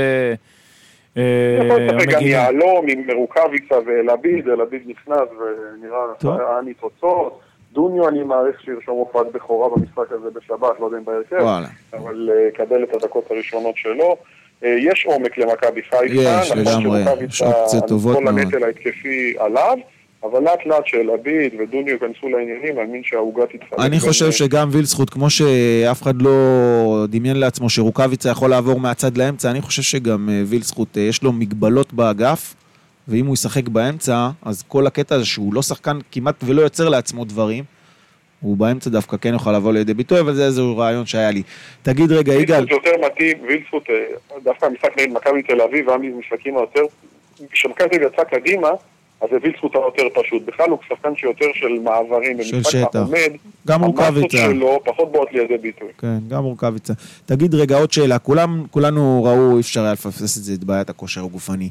יכול לשחק גם יעלום עם מרוקביצה ולביד, לביד נכנס ונראה היה ניצוצות. דוניו אני מעריך שירשום הופעת בכורה במשחק הזה בשבת, לא יודע אם בהרכב, אבל קבל את הדקות הראשונות שלו. יש עומק למכבי חיפה, יש, לגמרי, יש אופציות טובות מאוד. כל הנטל ההתקפי עליו, אבל לאט לאט שאלביד ודוניו כנסו לעניינים, אני מאמין שהעוגה תתחלק. אני חושב שגם וילצחוט, כמו שאף אחד לא דמיין לעצמו שרוקביצה יכול לעבור מהצד לאמצע, אני חושב שגם וילצחוט יש לו מגבלות באגף, ואם הוא ישחק באמצע, אז כל הקטע הזה שהוא לא שחקן כמעט ולא יוצר לעצמו דברים, הוא באמצע דווקא כן יוכל לבוא לידי ביטוי, אבל זה איזשהו רעיון שהיה לי. תגיד רגע, יגאל. וילצחוט יותר מתאים, וילצחוט, דווקא המשחק נגד מכבי תל אביב, והמשחקים היותר, כשמכבי תל אביב יצא קדימה, אז וילצחוט היותר פשוט. בכלל הוא שחקן שיותר של מעברים, של שטח. גם רוקביצה. שלו, פחות באות לידי ביטוי. כן, גם רוקביצה. תגיד רגע עוד שאלה, כולם, כולנו ראו, אפשר היה לפספס את זה, את בעיית הכושר הגופני.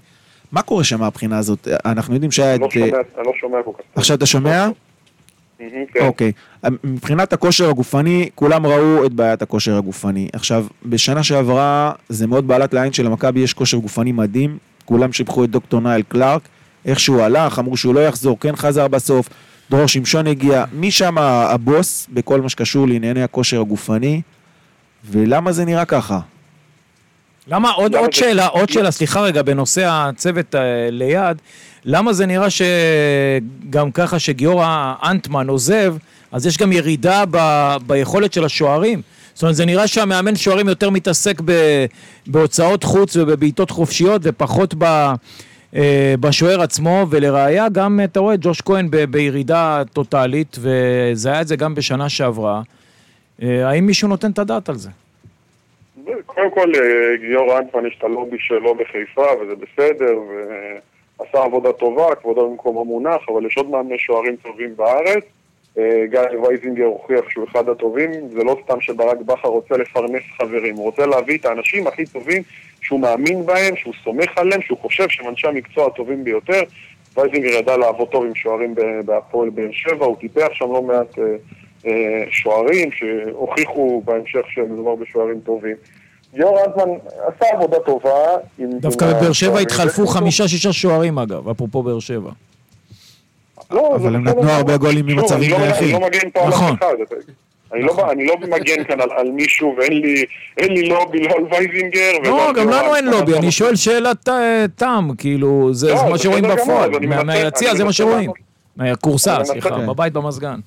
מה קורה שם מהבחינה הזאת? אנחנו יודעים שהיה את... אני לא שומע כל כך. עכשיו אתה שומע? אוקיי. מבחינת הכושר הגופני, כולם ראו את בעיית הכושר הגופני. עכשיו, בשנה שעברה, זה מאוד בעלת לעין של המכבי, יש כושר גופני מדהים, כולם שיבחו את דוקטור נייל קלארק, איך שהוא הלך, אמרו שהוא לא יחזור, כן חזר בסוף, דרור שמשון הגיע, מי שם הבוס בכל מה שקשור לענייני הכושר הגופני, ולמה זה נראה ככה? למה, עוד, עוד שאלה, עוד שאלה, סליחה רגע, בנושא הצוות ליד, למה זה נראה שגם ככה שגיורא אנטמן עוזב, אז יש גם ירידה ב, ביכולת של השוערים? זאת אומרת, זה נראה שהמאמן שוערים יותר מתעסק ב, בהוצאות חוץ ובבעיטות חופשיות, ופחות ב, בשוער עצמו, ולראיה גם, אתה רואה, ג'וש כהן ב, בירידה טוטלית, וזה היה את זה גם בשנה שעברה. האם מישהו נותן את הדעת על זה? קודם כל, גיורא אנטמן יש את הלובי שלו בחיפה, וזה בסדר, ועשה עבודה טובה, כבודו במקום המונח, אבל יש עוד מאמני שוערים טובים בארץ. גיא וייזינגר הוכיח שהוא אחד הטובים, זה לא סתם שברק בכר רוצה לפרנס חברים, הוא רוצה להביא את האנשים הכי טובים שהוא מאמין בהם, שהוא סומך עליהם, שהוא חושב שהם אנשי המקצוע הטובים ביותר. וייזינגר ידע לעבוד טוב עם שוערים בהפועל באר שבע, הוא טיפח שם לא מעט שוערים שהוכיחו בהמשך שמדובר בשוערים טובים. גיורא אנטמן עשה עבודה טובה. דווקא בבאר שבע התחלפו חמישה שישה שוערים אגב, אפרופו באר שבע. אבל הם נתנו הרבה גולים ממצבים נייחים. אני לא מגן פה על אף אחד. אני לא מגן כאן על מישהו, ואין לי לובי לא על וייזינגר. לא, גם לנו אין לובי, אני שואל שאלת תם, כאילו, זה מה שרואים בפועל. מהיציע זה מה שרואים. מהקורסה, סליחה, בבית במזגן.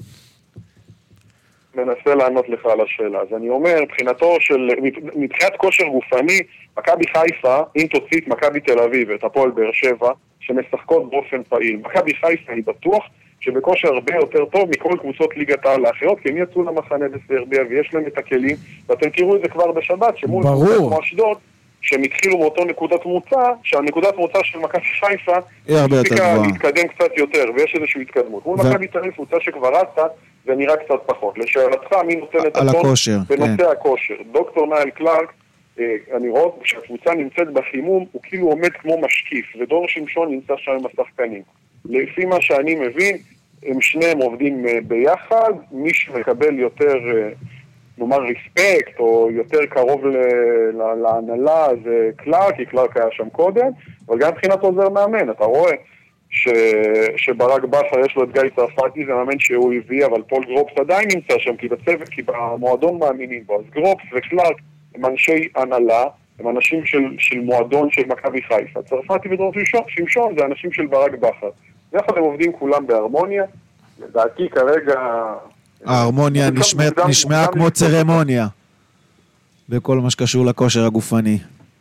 מנסה לענות לך על השאלה. אז אני אומר, מבחינתו של, מבחינת כושר גופני, מכבי חיפה, אם תוציא את מכבי תל אביב ואת הפועל באר שבע, שמשחקות באופן פעיל. מכבי חיפה היא בטוח שבכושר הרבה יותר טוב מכל קבוצות ליגת העל האחרות, כי הם יצאו למחנה בסרביה ויש להם את הכלים, ואתם תראו את זה כבר בשבת, שמול קבוצה כמו אשדוד, שהם התחילו מאותו נקודת מוצא, שהנקודת מוצא של מכבי חיפה הספיקה להתקדם קצת יותר, ויש איזושהי התקדמות. מול מכבי תל אביב קבוצה שכבר רצה, זה נראה קצת פחות. לשאלתך, מי נותן את הטון בנושא הכושר? דוקטור נייל קלארק, אני רואה שהקבוצה נמצאת בחימום, הוא כאילו עומד כמו משקיף, ודור שמשון נמצא שם עם השחקנים. לפי מה שאני מבין, הם שניהם עובדים ביחד, מי שמקבל יותר, נאמר, ריספקט, או יותר קרוב להנהלה, זה קלארק, כי קלארק היה שם קודם, אבל גם מבחינת עוזר מאמן, אתה רואה ש... שברק בכר יש לו את גיא צרפתי, זה מאמן שהוא הביא, אבל פול גרופס עדיין נמצא שם, כי בצוות, כי במועדון מאמינים בו, אז גרופס וקלארק הם אנשי הנהלה, הם אנשים של, של מועדון של מכבי חיפה. צרפתי ודרור שמשון זה אנשים של ברק בכר. יחד הם עובדים כולם בהרמוניה. לדעתי כרגע... ההרמוניה נשמעה נשמע כמו צרמוניה, בכל מה שקשור לכושר הגופני.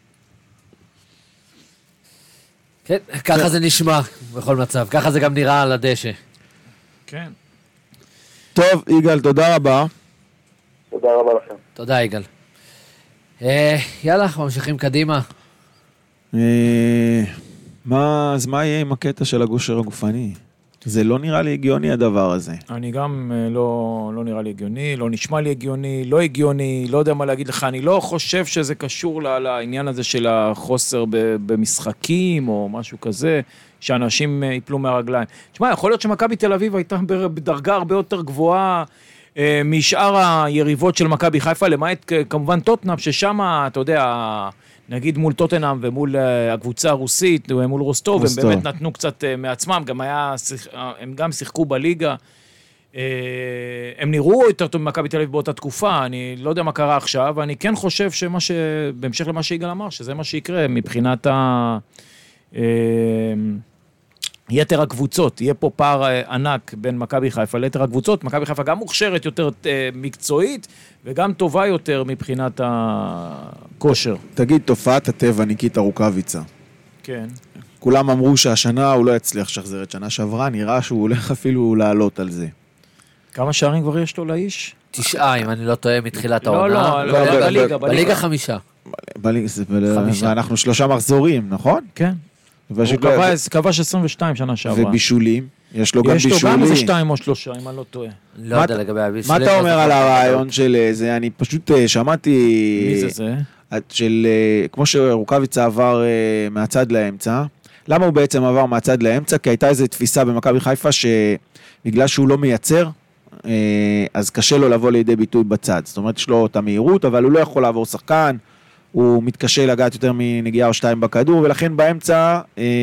כן, ככה זה נשמע בכל מצב. ככה זה גם נראה על הדשא. כן. טוב, יגאל, תודה רבה. תודה רבה לכם. תודה, יגאל. יאללה, ממשיכים קדימה. מה, אז מה יהיה עם הקטע של הגושר הגופני? זה לא נראה לי הגיוני הדבר הזה. אני גם לא, לא נראה לי הגיוני, לא נשמע לי הגיוני, לא הגיוני, לא יודע מה להגיד לך, אני לא חושב שזה קשור לעניין הזה של החוסר במשחקים או משהו כזה, שאנשים ייפלו מהרגליים. תשמע, יכול להיות שמכבי תל אביב הייתה בדרגה הרבה יותר גבוהה, משאר היריבות של מכבי חיפה, למעט כמובן טוטנהאם, ששם, אתה יודע, נגיד מול טוטנהאם ומול הקבוצה הרוסית, מול רוסטוב, הם באמת נתנו קצת מעצמם, גם היה, הם גם שיחקו בליגה, הם נראו יותר טוב ממכבי תל אביב באותה תקופה, אני לא יודע מה קרה עכשיו, ואני כן חושב שמה ש... בהמשך למה שיגאל אמר, שזה מה שיקרה מבחינת ה... יתר הקבוצות, יהיה פה פער ענק בין מכבי חיפה ליתר הקבוצות, מכבי חיפה גם מוכשרת יותר מקצועית, וגם טובה יותר מבחינת הכושר. תגיד, תופעת הטבע ניקיטה רוקאביצה. כן. כולם אמרו שהשנה הוא לא יצליח לשחזר את שנה שעברה, נראה שהוא הולך אפילו לעלות על זה. כמה שערים כבר יש לו לאיש? תשעה, אם אני לא טועה, מתחילת העונה. לא, לא, בליגה. בליגה חמישה. ואנחנו שלושה מחזורים, נכון? כן. הוא כבש עשרים ושתיים שנה שעברה. ובישולים? יש לו גם בישולים? יש לו גם איזה שתיים או שלושה, אם אני לא טועה. לא יודע לגבי הבישולים. מה אתה אומר על הרעיון של זה? אני פשוט שמעתי... מי זה זה? של, כמו שרוקאביצה עבר מהצד לאמצע, למה הוא בעצם עבר מהצד לאמצע? כי הייתה איזו תפיסה במכבי חיפה, שבגלל שהוא לא מייצר, אז קשה לו לבוא לידי ביטוי בצד. זאת אומרת, יש לו את המהירות, אבל הוא לא יכול לעבור שחקן, הוא מתקשה לגעת יותר מנגיעה או שתיים בכדור, ולכן באמצע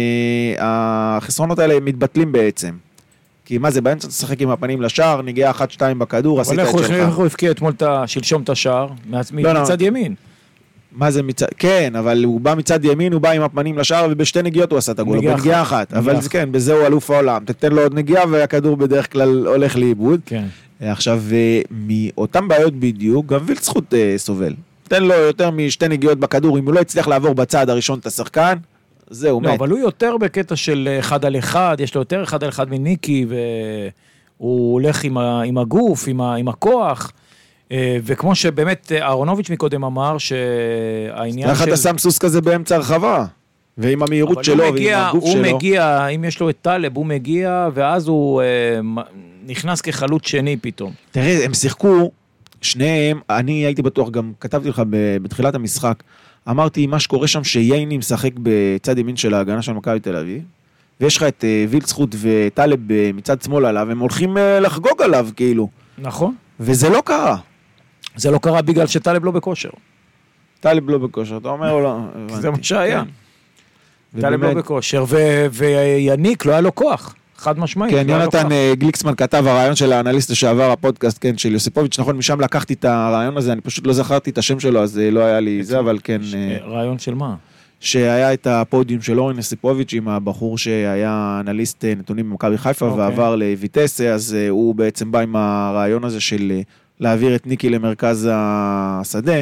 החסרונות האלה מתבטלים בעצם. כי מה זה, באמצע תשחק עם הפנים לשער, נגיעה אחת שתיים בכדור, עשית את שלך. אבל איך הוא הפקיע אתמול שלשום את השער? מצד ימין. מה זה מצד, כן, אבל הוא בא מצד ימין, הוא בא עם הפנים לשער, ובשתי נגיעות הוא עשה את הגול, בנגיעה אחת. אבל זה כן, בזה הוא אלוף העולם. תתן לו עוד נגיעה, והכדור בדרך כלל הולך לאיבוד. כן. עכשיו, מאותם בעיות בדיוק, גם וילצחוט סובל. תן לו יותר משתי נגיעות בכדור, אם הוא לא הצליח לעבור בצד הראשון את השחקן, זהו, מת. לא, אבל הוא יותר בקטע של אחד על אחד, יש לו יותר אחד על אחד מניקי, והוא הולך עם, ה, עם הגוף, עם, ה, עם הכוח, וכמו שבאמת אהרונוביץ' מקודם אמר, שהעניין של... אתה שם סוס כזה באמצע הרחבה, ועם המהירות שלו, מגיע, ועם הגוף הוא שלו. הוא מגיע, אם יש לו את טלב, הוא מגיע, ואז הוא אה, נכנס כחלוץ שני פתאום. תראה, הם שיחקו, שניהם, אני הייתי בטוח, גם כתבתי לך בתחילת המשחק, אמרתי, מה שקורה שם שייני משחק בצד ימין של ההגנה של מכבי תל אביב, ויש לך את וילצחוט וטלב מצד שמאל עליו, הם הולכים לחגוג עליו, כאילו. נכון. וזה לא קרה. זה לא קרה בגלל שטלב לא בכושר. טלב לא בכושר, אתה אומר או לא? זה מה שהיה. טלב לא בכושר, ויניק לא היה לו כוח. חד משמעית. כן, יונתן גליקסמן כתב הרעיון של האנליסט לשעבר, הפודקאסט, כן, של יוסיפוביץ', נכון, משם לקחתי את הרעיון הזה, אני פשוט לא זכרתי את השם שלו, אז לא היה לי זה, אבל כן... רעיון של מה? שהיה את הפודיום של אורן יוסיפוביץ' עם הבחור שהיה אנליסט נתונים במכבי חיפה, ועבר לויטסה, אז הוא בעצם בא עם הרעיון הזה של להעביר את ניקי למרכז השדה,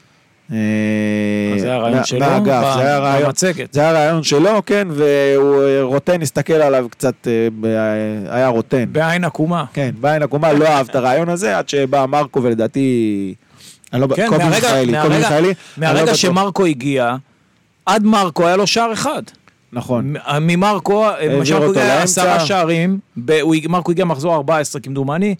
זה היה הרעיון שלו במצגת. זה היה הרעיון שלו, כן, ורוטן הסתכל עליו קצת, היה רוטן. בעין עקומה. כן, בעין עקומה, לא אהב את הרעיון הזה, עד שבא מרקו ולדעתי, קובי מיכאלי. מהרגע שמרקו הגיע, עד מרקו היה לו שער אחד. נכון. ממרקו, מרקו הגיע עשרה שערים, מרקו הגיע מחזור ארבע עשרה כמדומני,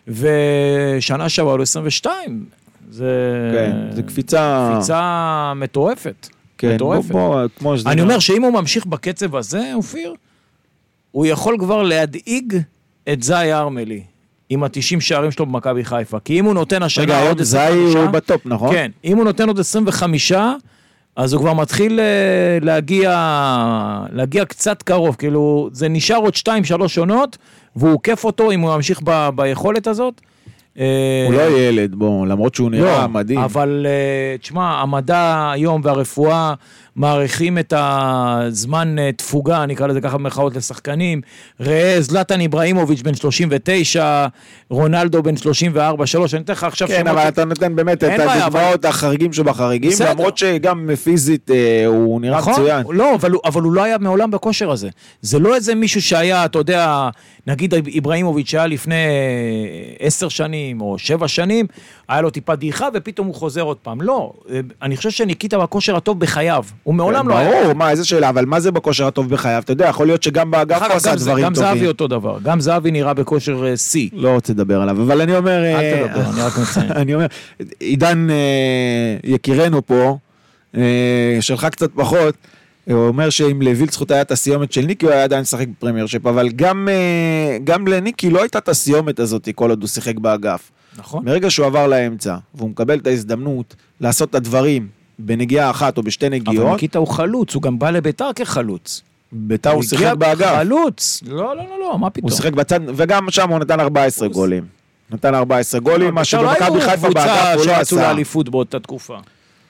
ושנה שעברה לו עשרים ושתיים. זה... כן, זה קפיצה... קפיצה מטורפת. כן, מטורפת. בוא, בוא, כמו שזה... אני אומר שאם הוא ממשיך בקצב הזה, אופיר, הוא יכול כבר להדאיג את זאי ארמלי, עם ה-תשעים שערים שלו במכבי חיפה. כי אם הוא נותן השנה... רגע, היום זאי הוא בטופ, נכון? כן, אם הוא נותן עוד עשרים וחמישה, אז הוא כבר מתחיל להגיע, להגיע קצת קרוב. כאילו, זה נשאר עוד שתיים, שלוש עונות, והוא כיף אותו אם הוא ממשיך ב- ביכולת הזאת. הוא לא ילד, בוא, למרות שהוא נראה מדהים. אבל תשמע, המדע היום והרפואה מעריכים את הזמן תפוגה, נקרא לזה ככה במרכאות לשחקנים. ראה זלטן איברהימוביץ' בן שלושים ותשע, רונלדו בן שלושים וארבע, שלוש, אני אתן לך עכשיו כן, אבל אתה נותן באמת את הדוגמאות החריגים שבחריגים, למרות שגם פיזית הוא נראה מצוין. לא, אבל הוא לא היה מעולם בכושר הזה. זה לא איזה מישהו שהיה, אתה יודע, נגיד איברהימוביץ' שהיה לפני עשר שנים או שבע שנים, היה לו טיפה דעיכה ופתאום הוא חוזר עוד פעם. לא, אני חושב שניקיטה בכושר הטוב בחייו. הוא מעולם לא היה. ברור, מה, איזה שאלה, אבל מה זה בכושר הטוב בחייו? אתה יודע, יכול להיות שגם באגף הוא עשה דברים טובים. גם זהבי אותו דבר, גם זהבי נראה בכושר C. לא רוצה לדבר עליו, אבל אני אומר... אל תדבר, אני רק מציין. אני אומר, עידן יקירנו פה, שלך קצת פחות, הוא אומר שאם לווילצחוט היה את הסיומת של ניקי, הוא היה עדיין שחק בפרמיירשיפ, אבל גם, גם לניקי לא הייתה את הסיומת הזאת כל עוד הוא שיחק באגף. נכון. מרגע שהוא עבר לאמצע, והוא מקבל את ההזדמנות לעשות את הדברים בנגיעה אחת או בשתי נגיעות. אבל ניקיטה הוא חלוץ, הוא גם בא לביתר כחלוץ. ביתר הוא שיחק באגף. חלוץ. לא, לא, לא, לא, מה פתאום? הוא שיחק בצד, וגם שם הוא נתן ארבע עשרה גולים. נתן ארבע עשרה גולים, מה שבמכבי חיפה באגף הוא לא עשה. שרצו לאליפות באותה תקופה.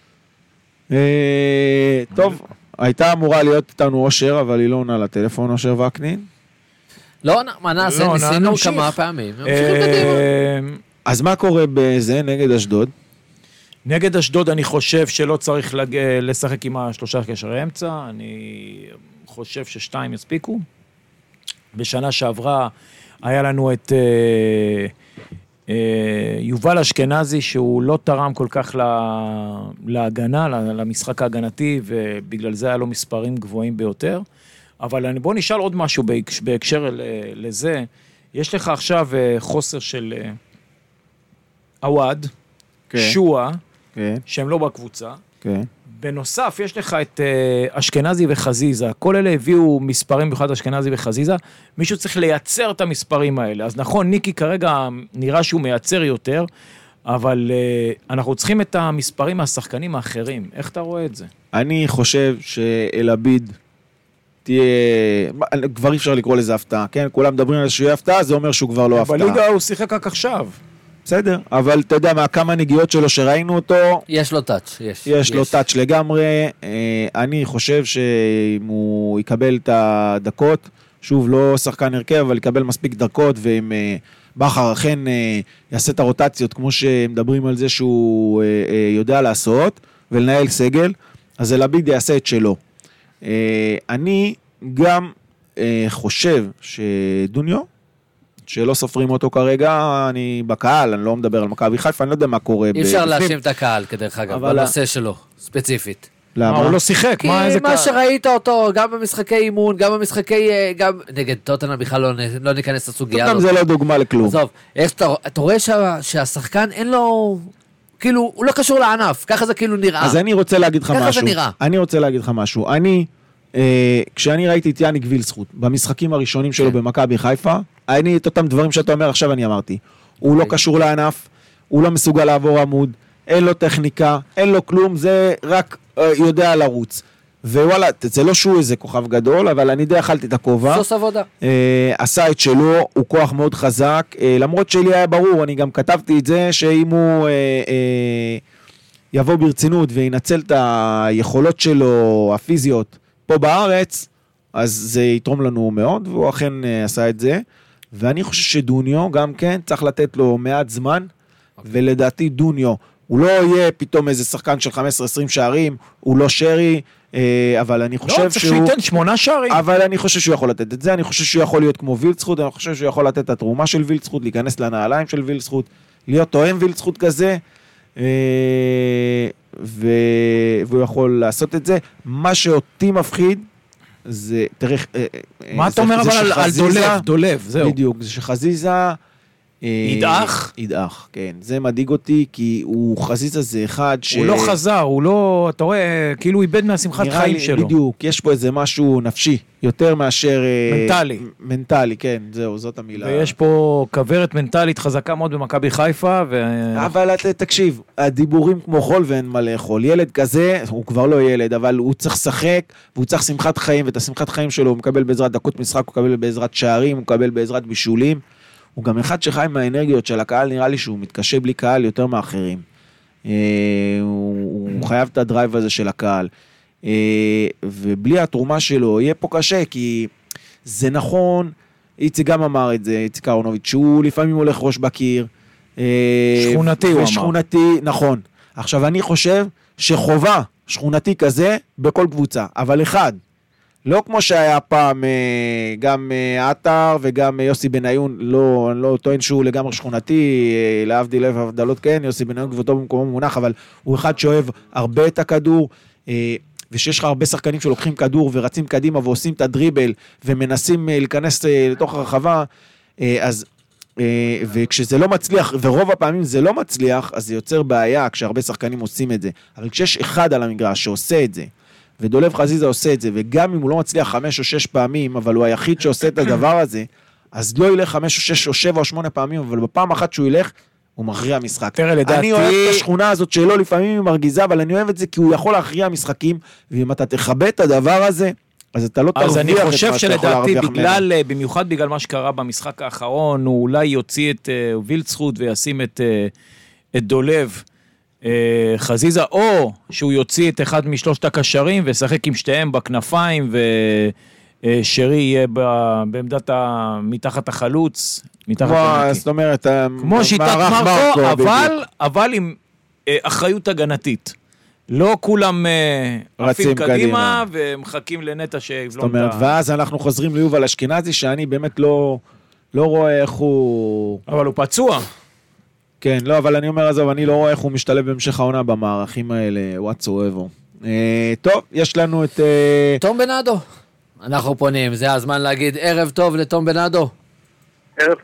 טוב, הייתה אמורה להיות איתנו אושר, אבל היא לא עונה לטלפון, אושר וקנין. לא, מה נעשה? ניסינו כמה פעמים. אז מה קורה בזה נגד אשדוד? נגד אשדוד אני חושב שלא צריך לשחק עם השלושה קשרי אמצע, אני חושב ששתיים יספיקו. בשנה שעברה היה לנו את יובל אשכנזי, שהוא לא תרם כל כך להגנה, למשחק ההגנתי, ובגלל זה היה לו מספרים גבוהים ביותר. אבל בוא נשאל עוד משהו בהקשר לזה. יש לך עכשיו חוסר של עווד, שואה, שהם לא בקבוצה, כן. בנוסף, יש לך את uh, אשכנזי וחזיזה, כל אלה הביאו מספרים במיוחד אשכנזי וחזיזה, מישהו צריך לייצר את המספרים האלה, אז נכון, ניקי כרגע נראה שהוא מייצר יותר, אבל uh, אנחנו צריכים את המספרים מהשחקנים האחרים, איך אתה רואה את זה? אני חושב שאלעביד תהיה, כבר אי אפשר לקרוא לזה הפתעה, כן? כולם מדברים על שהוא הפתעה, זה אומר שהוא כבר לא הפתעה. בליגה הוא שיחק רק עכשיו. בסדר, אבל אתה יודע, מהכמה נגיעות שלו שראינו אותו, יש לו טאץ', יש. יש לו טאץ' לגמרי, אני חושב שאם הוא יקבל את הדקות, שוב, לא שחקן הרכב, אבל יקבל מספיק דקות, ואם בכר אכן יעשה את הרוטציות, כמו שמדברים על זה שהוא יודע לעשות, ולנהל סגל, אז אלעביד יעשה את שלו. אני גם חושב שדוניו, שלא סופרים אותו כרגע, אני בקהל, אני לא מדבר על מכבי חיפה, אני לא יודע מה קורה. אי אפשר להאשים את הקהל, כדרך אגב, בנושא שלו, ספציפית. למה? הוא לא שיחק, מה איזה קהל? כי מה שראית אותו, גם במשחקי אימון, גם במשחקי, גם נגד טוטנהאם בכלל לא ניכנס לסוגיה הזאת. טוטנהאם זה לא דוגמה לכלום. עזוב, אתה רואה שהשחקן אין לו, כאילו, הוא לא קשור לענף, ככה זה כאילו נראה. אז אני רוצה להגיד לך משהו. ככה זה נראה. אני רוצה להגיד לך משהו. אני, כשאני ראיתי את יאניק וילסחוט, במשחקים הראשונים שלו במכבי חיפה, אני, את אותם דברים שאתה אומר עכשיו אני אמרתי, הוא לא קשור לענף, הוא לא מסוגל לעבור עמוד, אין לו טכניקה, אין לו כלום, זה רק יודע לרוץ. ווואלה, זה לא שהוא איזה כוכב גדול, אבל אני די אכלתי את הכובע. סוס עבודה. עשה את שלו, הוא כוח מאוד חזק, למרות שלי היה ברור, אני גם כתבתי את זה, שאם הוא יבוא ברצינות וינצל את היכולות שלו, הפיזיות, פה בארץ, אז זה יתרום לנו מאוד, והוא אכן עשה את זה. ואני חושב שדוניו גם כן צריך לתת לו מעט זמן, ולדעתי דוניו, הוא לא יהיה פתאום איזה שחקן של חמש עשרה עשרים שערים, הוא לא שרי, אבל אני חושב שהוא... לא, צריך שייתן שמונה שערים. אבל אני חושב שהוא יכול לתת את זה, אני חושב שהוא יכול להיות כמו וילצחוט, אני חושב שהוא יכול לתת את התרומה של וילצחוט, להיכנס לנעליים של וילצחוט, להיות תואם וילצחוט כזה, והוא יכול לעשות את זה. מה שאותי מפחיד, זה, תראה... מה אתה אומר אבל על דולב, דולב, זהו. בדיוק, זה שחזיזה... ידעך? ידעך, כן. זה מדאיג אותי, כי הוא חזיזה זה אחד ש... הוא לא חזר, הוא לא, אתה רואה, כאילו הוא איבד מהשמחת חיים שלו. בדיוק, יש פה איזה משהו נפשי, יותר מאשר... מנטלי. מנטלי, כן, זהו, זאת המילה. ויש פה כברת מנטלית חזקה מאוד במכבי חיפה, ו... אבל תקשיב, הדיבורים כמו חול ואין מה לאכול. ילד כזה, הוא כבר לא ילד, אבל הוא צריך לשחק, והוא צריך שמחת חיים, ואת השמחת חיים שלו הוא מקבל בעזרת דקות משחק, הוא מקבל בעזרת שערים, הוא מקבל בעזרת בישולים. הוא גם אחד שחי מהאנרגיות של הקהל, נראה לי שהוא מתקשה בלי קהל יותר מאחרים. הוא חייב את הדרייב הזה של הקהל. ובלי התרומה שלו, יהיה פה קשה, כי זה נכון, איצי גם אמר את זה, איצי קאונוביץ', שהוא לפעמים הולך ראש בקיר. שכונתי הוא אמר. שכונתי, נכון. עכשיו אני חושב שחובה שכונתי כזה בכל קבוצה, אבל אחד, לא כמו שהיה פעם גם עטר וגם יוסי בניון, לא, אני לא טוען שהוא לגמרי שכונתי, להבדיל לב הבדלות כן, יוסי בניון כבודו במקומו מונח, אבל הוא אחד שאוהב הרבה את הכדור, ושיש לך הרבה שחקנים שלוקחים כדור ורצים קדימה ועושים את הדריבל, ומנסים להיכנס לתוך הרחבה, אז, וכשזה לא מצליח, ורוב הפעמים זה לא מצליח, אז זה יוצר בעיה כשהרבה שחקנים עושים את זה, אבל כשיש אחד על המגרש שעושה את זה, ודולב חזיזה עושה את זה, וגם אם הוא לא מצליח חמש או שש פעמים, אבל הוא היחיד שעושה את הדבר הזה, אז לא ילך חמש או שש או שבע או שמונה פעמים, אבל בפעם אחת שהוא ילך, הוא מכריע משחק. תראה, לדעתי... אני אוהב את השכונה הזאת שלו, לפעמים היא מרגיזה, אבל אני אוהב את זה כי הוא יכול להכריע משחקים, ואם אתה תכבד את הדבר הזה, אז אתה לא תרוויח את מה שאתה יכול להרוויח ממנו. אז אני חושב שלדעתי, בגלל, במיוחד בגלל מה שקרה במשחק האחרון, הוא אולי יוציא את וילצחוט וישים את, את דולב, חזיזה, או שהוא יוציא את אחד משלושת הקשרים וישחק עם שתיהם בכנפיים, ושרי יהיה בעמדת מתחת החלוץ, מתחת לנקי. זאת אומרת, כמו שיטת מרקו, אבל, אבל עם אחריות הגנתית. לא כולם רצים קדימה ומחכים לנטע שיבלום את ה... זאת אומרת, ואז אנחנו חוזרים ליובל אשכנזי, שאני באמת לא, לא רואה איך הוא... אבל הוא פצוע. כן, לא, אבל אני אומר, עזוב, אני לא רואה איך הוא משתלב בהמשך העונה במערכים האלה, whatsoever. טוב, יש לנו את... תום בנאדו. אנחנו פונים, זה הזמן להגיד ערב טוב לתום בנאדו. ערב טוב.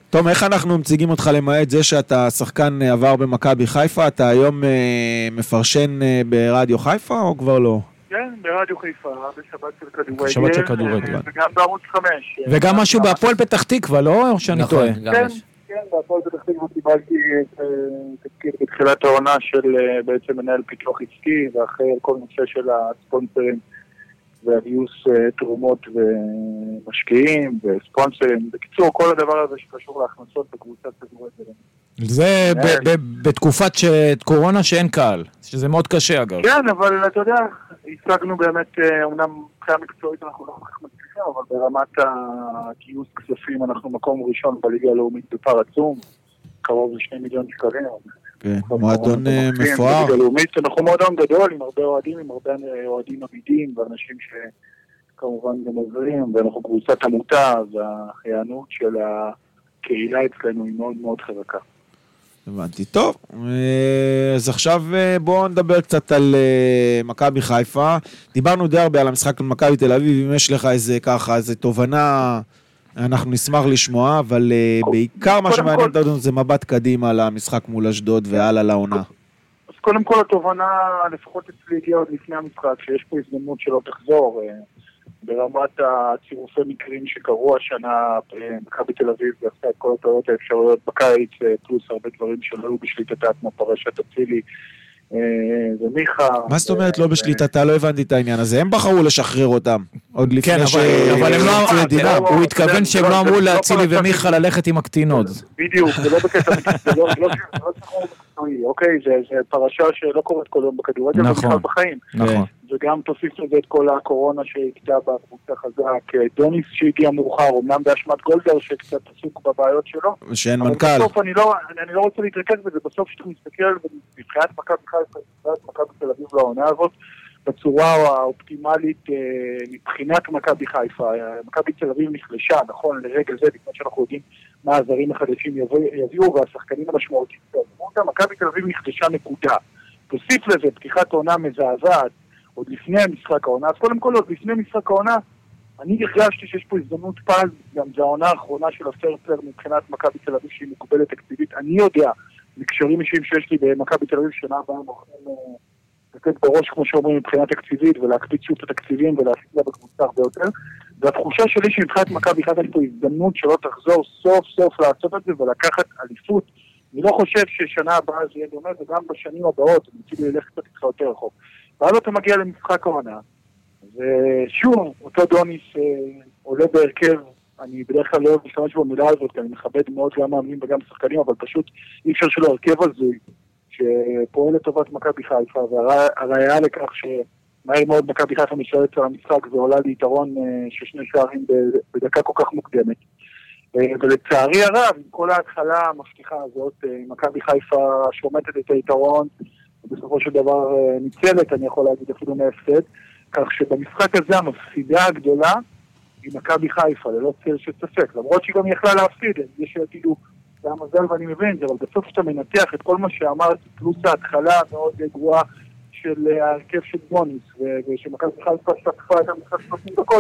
טוב, איך אנחנו מציגים אותך למעט זה שאתה שחקן עבר במכבי חיפה, אתה היום מפרשן ברדיו חיפה או כבר לא? כן, ברדיו חיפה, בשבת של כדורגל. שבת של כדורגל. וגם בערוץ חמש. וגם משהו בהפועל פתח תקווה, לא? או שאני טועה? נכון, גם כן, יש. כן, בהפועל פתח תקווה קיבלתי תפקיד בתחילת העונה של בעצם מנהל פיתוח עסקי, ואחרי כל נושא של הספונסרים והגיוס תרומות ומשקיעים וספונסרים. בקיצור, כל הדבר הזה שקשור להכנסות בקבוצת כדורגל. זה בתקופת קורונה שאין קהל, שזה מאוד קשה אגב. כן, אבל אתה יודע, השגנו באמת, אמנם מבחינה מקצועית אנחנו לא כל כך מצליחים, אבל ברמת הגיוס כספים אנחנו מקום ראשון בליגה הלאומית בפער עצום, קרוב לשני מיליון שקלים. כן, מועדון מפואר. אנחנו מועדון גדול עם הרבה אוהדים, עם הרבה אוהדים עמידים ואנשים שכמובן גם עוזרים, ואנחנו קבוצת עמותה, וההיענות של הקהילה אצלנו היא מאוד מאוד חזקה. הבנתי, טוב, אז עכשיו בואו נדבר קצת על מכבי חיפה. דיברנו די הרבה על המשחק עם מכבי תל אביב, אם יש לך איזה ככה, איזה תובנה, אנחנו נשמח לשמוע, אבל בעיקר מה שמעניין אותנו זה מבט קדימה על המשחק מול אשדוד ועל על העונה. אז קודם כל התובנה, לפחות אצלי הגיעה עוד לפני המשחק, שיש פה הזדמנות שלא תחזור, ברמת הצירופי מקרים שקרו השנה, מכבי תל אביב ועשתה את כל הטעויות האפשריות בקיץ, פלוס הרבה דברים שלא היו בשליטתה, כמו פרשת אצילי ומיכה. מה זאת אומרת לא בשליטתה? לא הבנתי את העניין הזה. הם בחרו לשחרר אותם, עוד לפני ש... אבל הם לא... הוא התכוון שהם לא אמרו לאצילי ומיכה ללכת עם הקטינות. בדיוק, זה לא בקטע, זה לא שחרור מקצועי, אוקיי? זה פרשה שלא קורית כל יום בכדורגל, זה בכלל בחיים. נכון. וגם תוסיף לזה את כל הקורונה שהקטע בקבוצה חזק, דוניס שהגיע מאוחר, אמנם באשמת גולדר שקצת עסוק בבעיות שלו. שאין מנכ"ל. אבל בסוף אני לא, אני לא רוצה להתרכז בזה, בסוף שאתה מסתכל מבחינת מכבי חיפה, מבחינת מכבי תל אביב לעונה הזאת, בצורה האופטימלית מבחינת מכבי חיפה. מכבי תל אביב נחלשה, נכון, לרגע זה, לפני שאנחנו יודעים מה הזרים החדשים יביאו, והשחקנים המשמעותיים. מכבי תל אביב נחלשה נקודה. תוסיף לזה פתיחת עונה מזעזעת, עוד לפני משחק העונה. אז קודם כל, עוד לפני משחק העונה, אני הרגשתי שיש פה הזדמנות פז, גם זו העונה האחרונה של הפרפלר מבחינת מכבי תל אביב שהיא מקובלת תקציבית. אני יודע, מקשרים אישיים שיש לי במכבי תל אביב שנה הבאה, מוכנים לתת בראש, כמו שאומרים, מבחינה תקציבית, ולהקפיץ שוב את התקציבים ולהשיג לה בקבוצה הרבה יותר. והתחושה שלי שמבחינת מכבי חיפה יש פה הזדמנות שלא תחזור סוף סוף לעשות את זה ולקחת אליפות. אני לא חושב ששנה הבאה זה יהיה דומה, וגם בשנים הבאות, אני רוצה ללכת קצת איתך יותר רחוק. ואז אתה מגיע למשחק העונה, ושוב, אותו דוניס אה, עולה בהרכב, אני בדרך כלל לא אוהב להשתמש במילה הזאת, כי אני מכבד מאוד גם מאמנים וגם שחקנים, אבל פשוט אי אפשר שלא הרכב הזוי, שפועל לטובת מכבי חיפה, והראיה לכך שמהר מאוד מכבי חיפה משתלטת על המשחק, ועולה ליתרון אה, של שני שערים בדקה כל כך מוקדמת. ולצערי הרב, עם כל ההתחלה המבטיחה הזאת, מכבי חיפה שומטת את היתרון, ובסופו של דבר ניצלת, אני יכול להגיד אפילו מהפסד, כך שבמשחק הזה המפסידה הגדולה היא מכבי חיפה, ללא צל של ספק, למרות שהיא גם יכלה להפסיד, יש שיגידו, זה המזל ואני מבין את זה, אבל בסוף שאתה מנתח את כל מה שאמרת, פלוס ההתחלה המאוד גרועה של ההרכב של דוניס, ושמכבי חיפה שתקפה את המשחק שלושים דקות,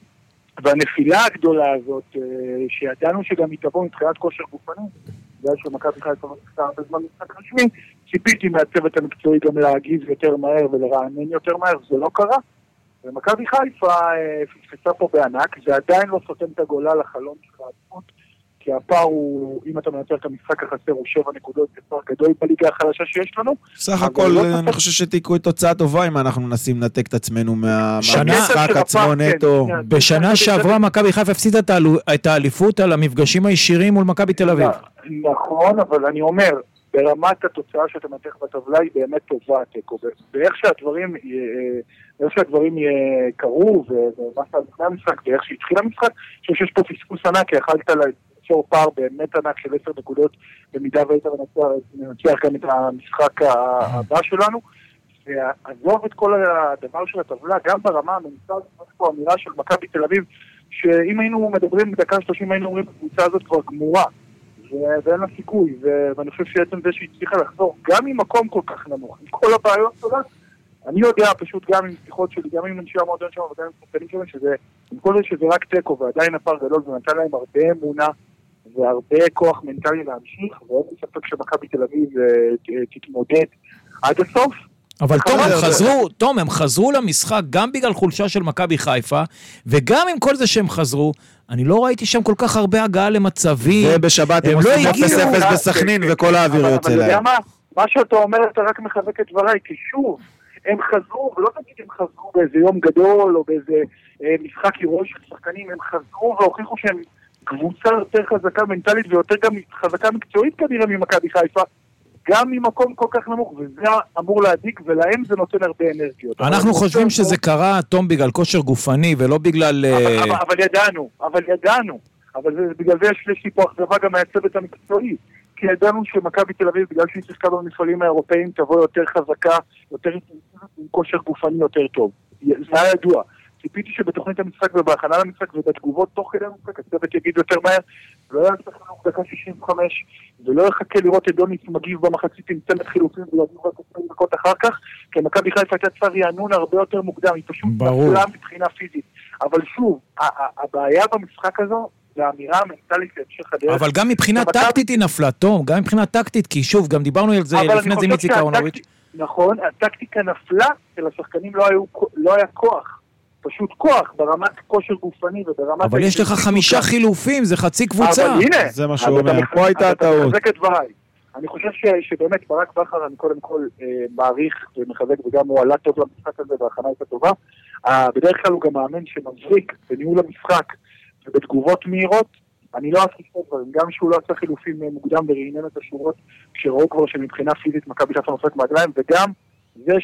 והנפילה הגדולה הזאת, שידענו שגם היא תבוא מבחינת כושר גופני, בגלל שמכבי חיפה לא תקצה הרבה זמן משחק רשמי, ציפיתי מהצוות המקצועי גם להגיב יותר מהר ולרענן יותר מהר, זה לא קרה. ומכבי חיפה פספסה פה בענק, זה עדיין לא סותם את הגולה לחלום של העצמות, כי הפער הוא, אם אתה מנצח את המשחק החסר, הוא שבע נקודות, זה פער גדול בליגה החלשה שיש לנו. סך הכל, אני חושב שתיקו את תוצאה טובה, אם אנחנו מנסים לנתק את עצמנו מהמשחק עצמו נטו. בשנה שעברה מכבי חיפה הפסידה את האליפות על המפגשים הישירים מול מכבי תל אביב. נכון, אבל אני אומר, ברמת התוצאה שאתה מנתח בטבלה היא באמת טובה, תיקו. ואיך שהדברים, איך שהדברים קרו, ומה שעל המשחק, ואיך שהתחיל המשחק, אני חושב שיש פה פספוס ענק, כי יכלת ליצור פער באמת ענק של עשר נקודות, במידה והיית מנצח גם את המשחק הבא שלנו. ועזוב את כל הדבר של הטבלה, גם ברמה הממוצעת, יש פה אמירה של מכבי תל אביב, שאם היינו מדברים בדקה שלושים, היינו אומרים, הקבוצה הזאת כבר גמורה. ואין לה סיכוי, ואני חושב שעצם זה שהיא הצליחה לחזור גם ממקום כל כך נמוך, עם כל הבעיות שלה, אני יודע פשוט גם עם שיחות שלי, גם עם אנשי המועדון שם וגם עם שחקנים שלהם, שזה, עם כל זה שזה רק טקו ועדיין הפער גדול, ונתן להם הרבה אמונה, והרבה כוח מנטלי להמשיך, ואין לי ספק שמכבי תל אביב תתמודד עד הסוף. אבל תום, הם חזרו, תום, הם חזרו למשחק גם בגלל חולשה של מכבי חיפה, וגם עם כל זה שהם חזרו, אני לא ראיתי שם כל כך הרבה הגעה למצבים. ובשבת הם עושים אפס אפס בסכנין וכל האוויר יוצא להם. אבל אתה יודע מה? מה שאתה אומר, אתה רק מחזק את דבריי, כי שוב, הם חזרו, ולא תגיד הם חזרו באיזה יום גדול, או באיזה משחק הירואי של שחקנים, הם חזרו והוכיחו שהם קבוצה יותר חזקה מנטלית, ויותר גם חזקה מקצועית כנראה ממכבי חיפה, גם ממקום כל כך נמוך, וזה אמור להדיק, ולהם זה נותן הרבה אנרגיות. אנחנו חושבים שזה קרה, תום, בגלל כושר גופני, ולא בגלל... אבל ידענו, אבל ידענו. אבל בגלל זה יש לי פה אכזבה גם מהצוות המקצועי. כי ידענו שמכבי תל אביב, בגלל שהיא שיחקה במפעלים האירופאיים, תבוא יותר חזקה, יותר עם כושר גופני יותר טוב. זה היה ידוע. ציפיתי שבתוכנית המשחק ובהכנה למשחק ובתגובות תוך כדי המשחק, הצוות יגיד יותר מהר, לא יעשה חילוק דקה שישים וחמש, ולא יחכה לראות את דוניס מגיב במחצית עם צמד חילופים ולהגיב רק עשרים דקות אחר כך, כי מכבי חיפה הייתה צר יענון הרבה יותר מוקדם, היא פשוט נפלה מבחינה פיזית. אבל שוב, הבעיה במשחק הזו, זה האמירה המנטלית להמשך הדרך. אבל גם מבחינה טקטית היא נפלה, תום, גם מבחינה טקטית, כי שוב, גם דיברנו על זה לפני זה מיצי קאונוביץ'. נכון, הטקטיקה נפלה, של השחקנים לא היה כוח. פשוט כוח, ברמת כושר גופני וברמת... אבל יש לך חמישה חילופים, זה חצי קבוצה. אבל הנה, זה מה שהוא אומר, פה הייתה הטעות. מחזק את דבריי. אני חושב שבאמת ברק בכר, אני קודם כל מעריך ומחזק, וגם הוא עלה טוב למשחק הזה, וההכנה הייתה טובה. בדרך כלל הוא גם מאמן שמבריק בניהול המשחק ובתגובות מהירות. אני לא עשיתי את דברים, גם שהוא לא עשה חילופים מוקדם ורעינן את השורות, כשראו כבר שמבחינה פיזית מכבי חיפה נופלת מהרגליים, וגם זה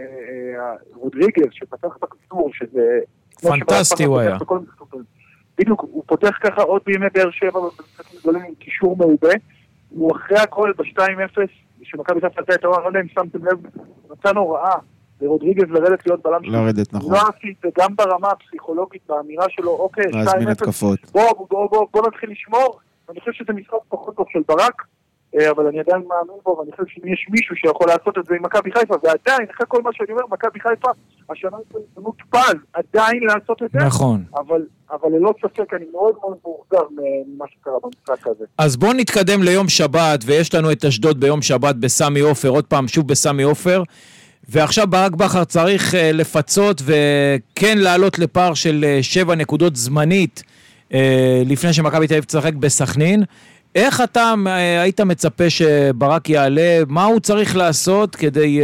שרודריגז שפתח בכדור, שזה... פנטסטי הוא היה. בדיוק, הוא פותח ככה עוד בימי באר שבע, במשחקים גדולים עם קישור מעובה, הוא אחרי הכל ב-שתיים אפס, שמכבי חיפה עשה את האור, אני לא יודע אם שמתם לב, נתן הוראה לרודריגז לרדת להיות בלם שלו. לרדת, נכון. לא עשית, וגם ברמה הפסיכולוגית, באמירה שלו, אוקיי, שתיים אפס, בוא, בוא, בוא, בוא נתחיל לשמור, אני חושב שזה משחק פחות טוב של ברק, אבל אני עדיין מאמין בו, ואני חושב שאם יש מישהו שיכול לעשות את זה עם מכבי חיפה, ועדיין, אחרי כל מה שאני אומר, מכבי חיפה, השנה זה הזדמנות פז, עדיין לעשות את זה. נכון. אבל, אבל ללא ספק, אני מאוד מאוד מאוכזב ממה שקרה במשחק הזה. אז בואו נתקדם ליום שבת, ויש לנו את אשדוד ביום שבת בסמי עופר, עוד פעם שוב בסמי עופר, ועכשיו ברק בכר צריך לפצות, וכן לעלות לפער של שבע נקודות זמנית, לפני שמכבי תל אביב תשחק בסכנין. איך אתה היית מצפה שברק יעלה, מה הוא צריך לעשות כדי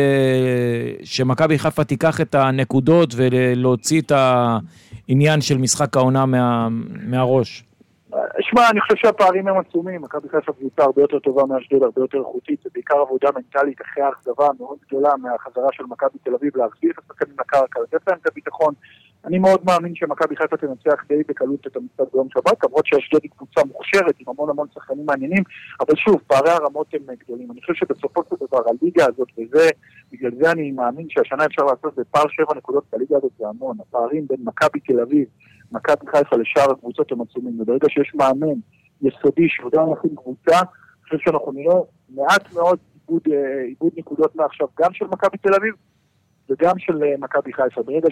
שמכבי חיפה תיקח את הנקודות ולהוציא את העניין של משחק העונה מה, מהראש? שמע, אני חושב שהפערים הם עצומים, מכבי חיפה קבוצה הרבה יותר טובה מאשדוד, הרבה יותר איכותית, זה בעיקר עבודה מנטלית אחרי האכזבה מאוד גדולה מהחזרה של מכבי תל אביב להחזיר את השחקנים לקרקע, לתת להם את הביטחון. אני מאוד מאמין שמכבי חיפה תנצח די בקלות את המשחק ביום שבת, למרות שאשדוד היא קבוצה מוכשרת עם המון המון שחקנים מעניינים, אבל שוב, פערי הרמות הם גדולים. אני חושב שבסופו של דבר הליגה הזאת, וזה, בגלל זה אני מאמין שהשנה אפשר לעשות בפער שבע נקודות, בליגה הזאת זה המון. הפערים בין מכבי תל אביב, מכבי חיפה לשאר הקבוצות הם עצומים. וברגע שיש מאמן יסודי שיודע להכין קבוצה, אני חושב שאנחנו נראה מעט מאוד איבוד, איבוד נקודות מעכשיו, גם של מכבי תל אביב, וגם של מכבי חיפה. ברגע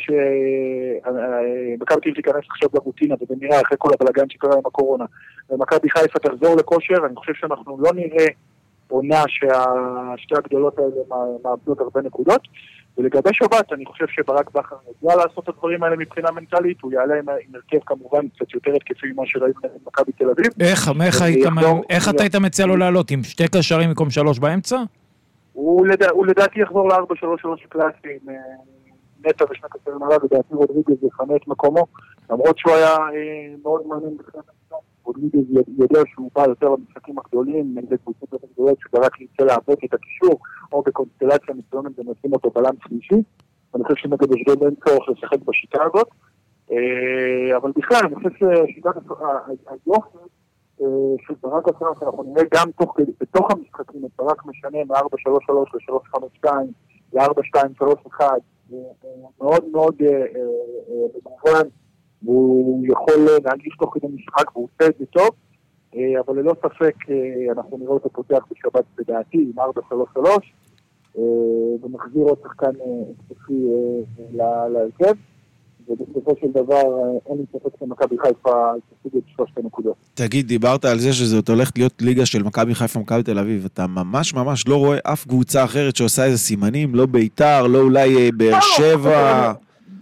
שמכבי תל אביב תיכנס עכשיו ברוטינה, ובנראה אחרי כל הבלגן שקרה עם הקורונה, ומכבי חיפה תחזור לכושר, אני חושב שאנחנו לא נראה עונה שהשתי הגדולות האלה מאבדות הרבה נקודות, ולגבי שבת, אני חושב שברק בכר ידע לעשות את הדברים האלה מבחינה מנטלית, הוא יעלה עם הרכב כמובן קצת יותר התקפי ממה שראינו במכבי תל אביב. איך, איך אתה היית מציע לו לעלות? עם שתי קשרים במקום שלוש באמצע? הוא לדעתי יחזור ל-ארבע שלוש שלוש קלאסי עם נטע ושני קשרים עליו, לדעתי רודריגז יחנה את מקומו, למרות שהוא היה מאוד מעניין בתחילת המשחק. רודריגז יודע שהוא בא יותר למשחקים הגדולים, נגד קבוצות הגדולות שברק ירצה להיאבק את הקישור, או בקונסטלציה מסוימת ונשים אותו בלם שלישי. אני חושב שנגד אשדוד אין צורך לשחק בשיטה הזאת. אבל בכלל, אני חושב ששיטת היופי של ברק עשה, שאנחנו נראה גם בתוך המשחקים, את ברק משנה מ-ארבע שלוש שלוש ל-שלוש חמש שתיים ל-ארבע שתיים שלוש אחת, מאוד מאוד במובן, והוא יכול להגיש תוך כדי משחק, והוא עושה את זה טוב, אבל ללא ספק אנחנו נראה אותו פותח בשבת בדעתי עם ארבע שלוש שלוש, ומחזיר עוד שחקן ספי להרכב, ובסופו של דבר אין לי ספק שמכבי חיפה תשיג את שלושת הנקודות. תגיד, דיברת על זה שזאת הולכת להיות ליגה של מכבי חיפה ומכבי תל אביב, אתה ממש ממש לא רואה אף קבוצה אחרת שעושה איזה סימנים, לא ביתר, לא אולי באר שבע,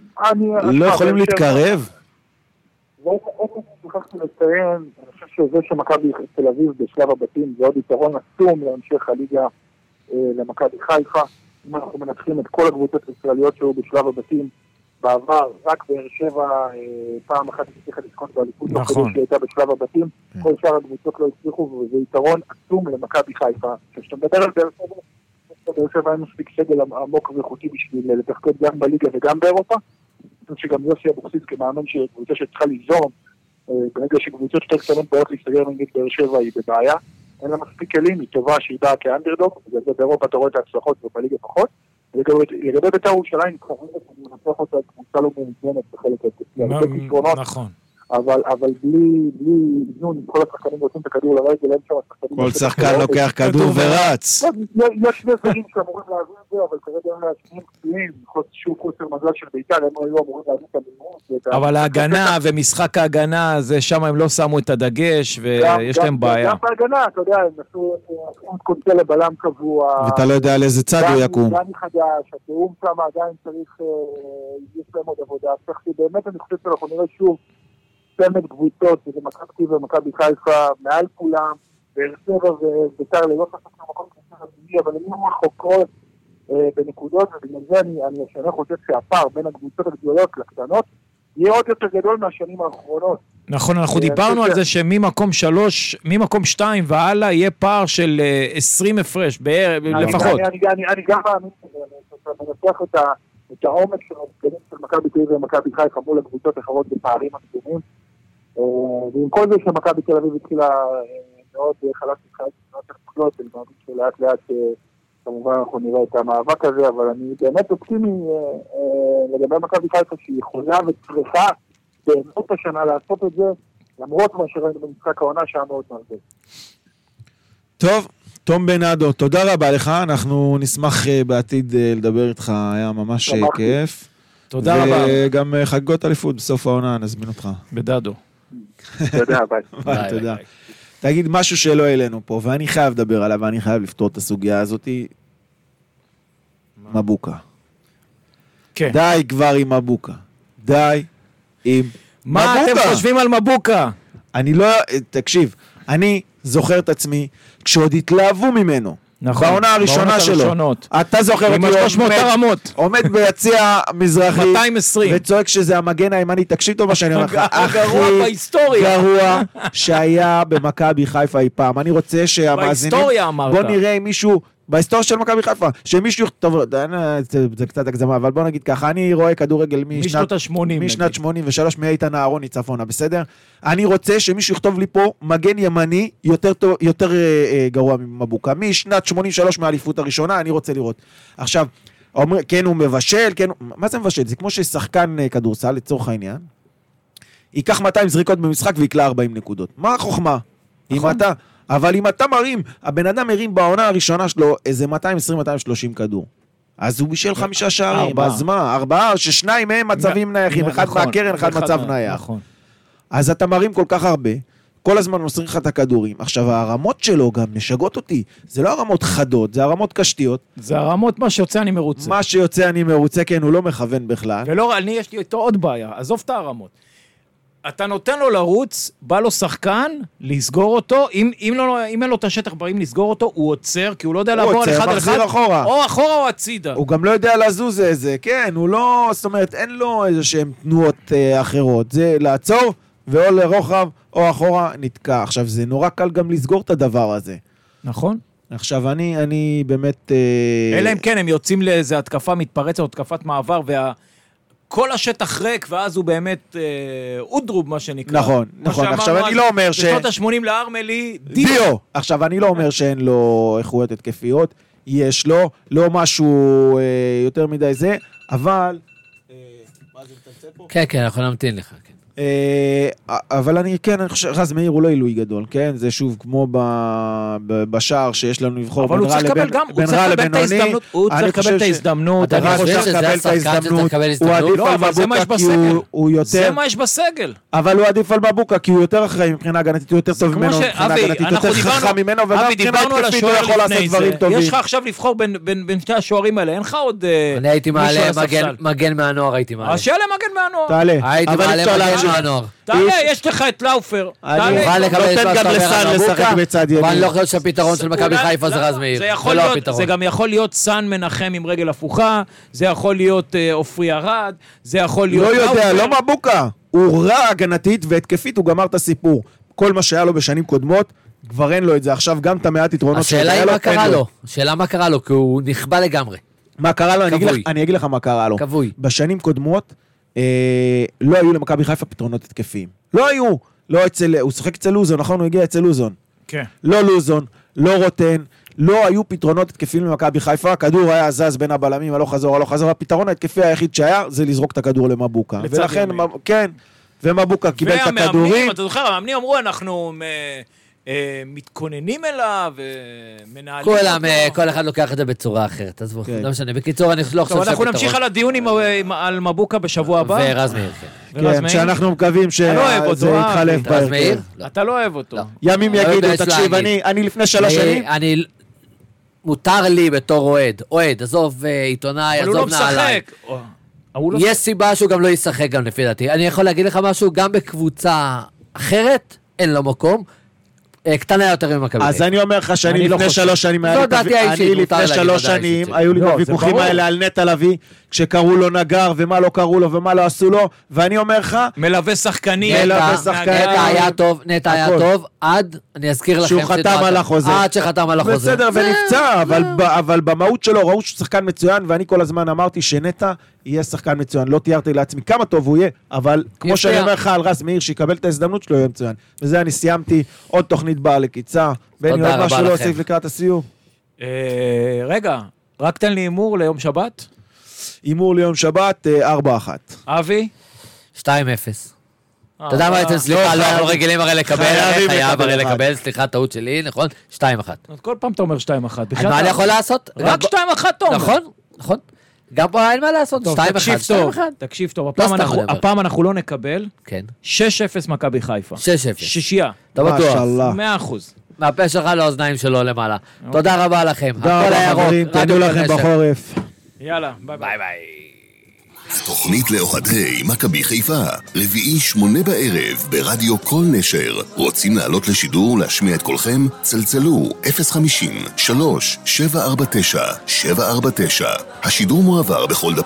לא יכולים להתקרב? ואיפה שכחתי לציין, אני חושב שזה שמכבי תל אביב בשלב הבתים זה עוד יתרון עצום להמשך הליגה למכבי חיפה. אם אנחנו מנתחים את כל הקבוצות הישראליות שהיו בשלב הבתים בעבר, רק באר שבע פעם אחת הצליחה לזכות באליפות, נכון. שהיא הייתה בשלב הבתים, כל שאר הקבוצות לא הצליחו, וזה יתרון עצום למכבי חיפה. כשאתה מדבר על באר שבע, באר שבע היה מספיק סגל עמוק ואיכותי בשביל לתפקד גם בליגה וגם באירופה. אני חושב שגם יוסי אבוקסיס כמאמן של קבוצה שצריכה ליזום, ברגע שקבוצות שתי קטנות באות להסתגר נגד באר שבע היא בבעיה, אין לה מספיק כלים, היא טובה שהיא באה כאנדרדוג, בגלל זה באירופה אתה רואה את ההצלחות ובליגה פחות. לגבי בית"ר ירושלים, אני מנצח אותה קבוצה לא מאוזנת בחלק הזה. נכון. אבל בלי איזון, כל השחקנים רוצים את הכדור לרגל, אין שם השחקנים. כל שחקן לוקח כדור ורץ. יש שני שחקנים שאמורים להביא את זה, אבל כרגע הם השניים קטועים, שוב חוסר מזל של בית"ר, הם היו אמורים להביא את המהירות. אבל ההגנה ומשחק ההגנה, זה שם הם לא שמו את הדגש, ויש להם בעיה. גם בהגנה, אתה יודע, הם נשאו את קונצל לבלם קבוע. ואתה לא יודע על איזה צד הוא יקום. דני חדש, התיאום שם עדיין צריך, יש להם עוד עבודה. באמת אני חושב שאנחנו נראה שוב צמד קבוצות, שזה מכבי ומכבי חיפה מעל כולם, באר שבע ובית"ר ללא ספק במקום כזה רביעי, אבל הם לא רחוקות בנקודות, ובגלל זה אני השנה חושב שהפער בין הקבוצות הגדולות לקטנות יהיה עוד יותר גדול מהשנים האחרונות. נכון, אנחנו דיברנו על זה שממקום שלוש, ממקום שתיים והלאה יהיה פער של עשרים הפרש, לפחות. אני גם מאמין, אני מנצח את העומק של הסגנים של מכבי תל אביב ומכבי חיפה מול הקבוצות אחרות בפערים הקדומים. ועם כל זה שמכבי תל אביב התחילה מאוד חלק מתחילת מאוד תחתות, אני מאמין שלאט לאט כמובן אנחנו נראה את המאבק הזה, אבל אני באמת אופטימי לגבי מכבי חיפה שהיא יכולה וצריכה באמת השנה לעשות את זה, למרות מה שראינו במשחק העונה שהיה מאוד מרגיש. טוב, תום בנאדו, תודה רבה לך, אנחנו נשמח בעתיד לדבר איתך, היה ממש כיף. תודה רבה. וגם חגיגות אליפות בסוף העונה, נזמין אותך. בדאדו. תודה, ביי. תודה. תגיד משהו שלא אלינו פה, ואני חייב לדבר עליו, ואני חייב לפתור את הסוגיה הזאת. מבוקה. כן. די כבר עם מבוקה. די עם מה מבוקה. אתם חושבים על מבוקה? אני לא, תקשיב, אני זוכר את עצמי, כשעוד התלהבו ממנו. נכון, בעונה הראשונה שלו. אתה זוכר עם שלוש מאות הרמות. עומד ביציע מזרחי. מאתיים ועשרים. וצועק שזה המגן הימני. תקשיב טוב מה שאני אומר לך. הגרוע בהיסטוריה. גרוע שהיה במכבי חיפה אי פעם. אני רוצה שהמאזינים... בהיסטוריה אמרת. בוא נראה אם מישהו... בהיסטוריה של מכבי חיפה, שמישהו, טוב, זה קצת הגזמה, אבל בוא נגיד ככה, אני רואה כדורגל משנת ה-שמונים, משנת שמונים ושלוש, מאיתן אהרוני צפונה, בסדר? אני רוצה שמישהו יכתוב לי פה מגן ימני יותר טוב, יותר גרוע ממבוקה, משנת שמונים ושלוש מהאליפות הראשונה, אני רוצה לראות. עכשיו, אומר, כן הוא מבשל, כן, מה זה מבשל? זה כמו ששחקן כדורסל, לצורך העניין, ייקח מאתיים זריקות במשחק ויקלה ארבעים נקודות. מה החוכמה? אם אתה אבל אם אתה מרים, הבן אדם מרים בעונה הראשונה שלו איזה מאתיים ועשרים מאתיים ושלושים כדור. אז הוא בישל חמישה שערים, אז מה? ארבעה, ששניים מהם מצבים נייחים, אחד מהקרן, אחד מצב נייח. אז אתה מרים כל כך הרבה, כל הזמן מוסרים לך את הכדורים. עכשיו, הרמות שלו גם נשגות אותי. זה לא הרמות חדות, זה הרמות קשתיות. זה הרמות מה שיוצא אני מרוצה. מה שיוצא אני מרוצה, כן, הוא לא מכוון בכלל. ולא, אני יש לי איתו עוד בעיה, עזוב את הרמות. אתה נותן לו לרוץ, בא לו שחקן, לסגור אותו, אם, אם, לא, אם אין לו את השטח בראים לסגור אותו, הוא עוצר, כי הוא לא יודע לעבור על אחד על אחד, אחורה. או אחורה או הצידה. הוא גם לא יודע לזוז איזה, כן, הוא לא, זאת אומרת, אין לו איזה שהן תנועות אה, אחרות, זה לעצור, ואו לרוחב, או אחורה, נתקע. עכשיו, זה נורא קל גם לסגור את הדבר הזה. נכון. עכשיו, אני, אני באמת... אה... אלא אם כן, הם יוצאים לאיזו התקפה מתפרצת, או התקפת מעבר, וה... כל השטח ריק, ואז הוא באמת אודרוב, מה שנקרא. נכון, נכון. עכשיו אני לא אומר ש... בשנות ה-שמונים לארמלי, דיו. עכשיו אני לא אומר שאין לו איכויות התקפיות, יש לו, לא משהו יותר מדי זה, אבל... כן, כן, אנחנו נמתין לך. אבל אני, כן, אני חושב, רז מאיר הוא לא עילוי גדול, כן? זה שוב כמו בשער שיש לנו לבחור בין רע לבינוני. הוא צריך לקבל את ההזדמנות. רז צריך לקבל את ההזדמנות. הוא עדיף על מבוקה כי הוא יותר... זה מה יש בסגל. אבל הוא עדיף על מבוקה כי הוא יותר אחראי מבחינה הגנתית, הוא יותר טוב ממנו, מבחינה הגנתית, יותר חכם ממנו, וגם מבחינה התקפית הוא יכול לעשות דברים טובים. יש לך עכשיו לבחור בין שני השוערים האלה, אין לך עוד... אני הייתי מעלה מגן מהנוער, הייתי מעלה. אז שיעלה מגן מהנוער. תעלה. הייתי מעלה מגן מהנוער. תעלה, יש לך את לאופר. אני מוכן לקבל את נותן גם לסן לשחק בצד ימין. אבל אני לא חושב שהפתרון של מכבי חיפה זה רז מאיר. זה גם יכול להיות סן מנחם עם רגל הפוכה, זה יכול להיות עופרי ארד, זה יכול להיות... לא יודע, לא מבוקה. הוא רע הגנתית והתקפית, הוא גמר את הסיפור. כל מה שהיה לו בשנים קודמות, כבר אין לו את זה. עכשיו גם את המעט יתרונות השאלה היא מה קרה לו. השאלה מה קרה לו, כי הוא נכבה לגמרי. מה קרה לו? אני אגיד לך מה קרה לו. כבוי. בשנים קודמות, לא היו למכבי חיפה פתרונות התקפיים. לא היו. לא אצל, הוא שוחק אצל לוזון, נכון? הוא הגיע אצל לוזון. כן. לא לוזון, לא רוטן, לא היו פתרונות התקפיים למכבי חיפה, הכדור היה זז בין הבלמים, הלוך חזור, הלוך חזור, הפתרון ההתקפי היחיד שהיה, זה לזרוק את הכדור למבוקה. ולכן, כן, ומבוקה קיבל את הכדורים. אתה זוכר, המאמנים אמרו, אנחנו מתכוננים אליו, ומנהלים אותו. כל אחד לוקח את זה בצורה אחרת, עזבו, לא משנה. בקיצור, אני לא חושב שהפתרון... אנחנו נמשיך על הדיון על מבוקה בשבוע הבא. ורז מאיר, כן. כן, שאנחנו מקווים שזה יתחלף בהרכב. אתה לא אוהב אותו. ימים יגידו, תקשיב, אני לפני שלוש שנים... אני... מותר לי בתור אוהד, אוהד, עזוב עיתונאי, עזוב נעליי. יש סיבה שהוא גם לא ישחק גם לפי דעתי. אני יכול להגיד לך משהו, גם בקבוצה אחרת, אין לו מקום, קטנה יותר ממכבי. אז אני אומר לך שאני לפני שלוש שנים, אני לפני שלוש שנים, היו לי בוויכוחים האלה על נטע לביא, כשקראו לו נגר, ומה לא קראו לו, ומה לא עשו לו, ואני אומר לך... מלווה שחקני. מלווה שחקני. נטע היה טוב, נטע היה טוב, עד, אני אזכיר לכם... שהוא חתם על החוזה. עד שחתם על החוזה. בסדר, ונפצע, אבל במהות שלו ראו שהוא שחקן מצוין, ואני כל הזמן אמרתי שנטע יהיה שחקן מצוין. לא תיארתי לעצמי כמה טוב הוא יהיה, אבל כמו שאני אומר לך על רז מאיר, שיקבל את ההזדמנות שלו, יהיה מצוין. וזה אני סיימתי עוד תוכנית באה לקיצה. בני, עוד משהו לא הוסיף לקראת הסיום. רגע, רק תן לי אימור ליום שבת. אימור ליום שבת, ארבע אחת. אבי? שתיים אפס. אתה יודע מה אתם, סליחה, לא אנחנו רגילים הרי לקבל, חייב הרי לקבל, סליחה, טעות שלי, נכון? שתיים אחת. כל פעם אתה אומר שתיים אחת. מה אני יכול לעשות? רק שתיים אחת, תומר. נכון, נכון. גם פה אין מה לעשות, שתיים אחת, שתיים אחת. תקשיב טוב, הפעם אנחנו לא נקבל. כן. שש אפס מכבי חיפה. שש אפס. שישייה. אתה בטוח. מאה אחוז. מהפה שלך לאוזניים שלו למעלה. תודה רבה לכם. תודה רבה חברים, תהנו לכם בחורף. יאללה, ביי ביי. תוכנית לאוהדי מכבי חיפה, רביעי שמונה בערב ברדיו כל נשר. רוצים לעלות לשידור ולהשמיע את קולכם? צלצלו אפס חמישים שלוש שבע ארבע תשע שבע ארבע תשע. השידור מועבר בכל דקה.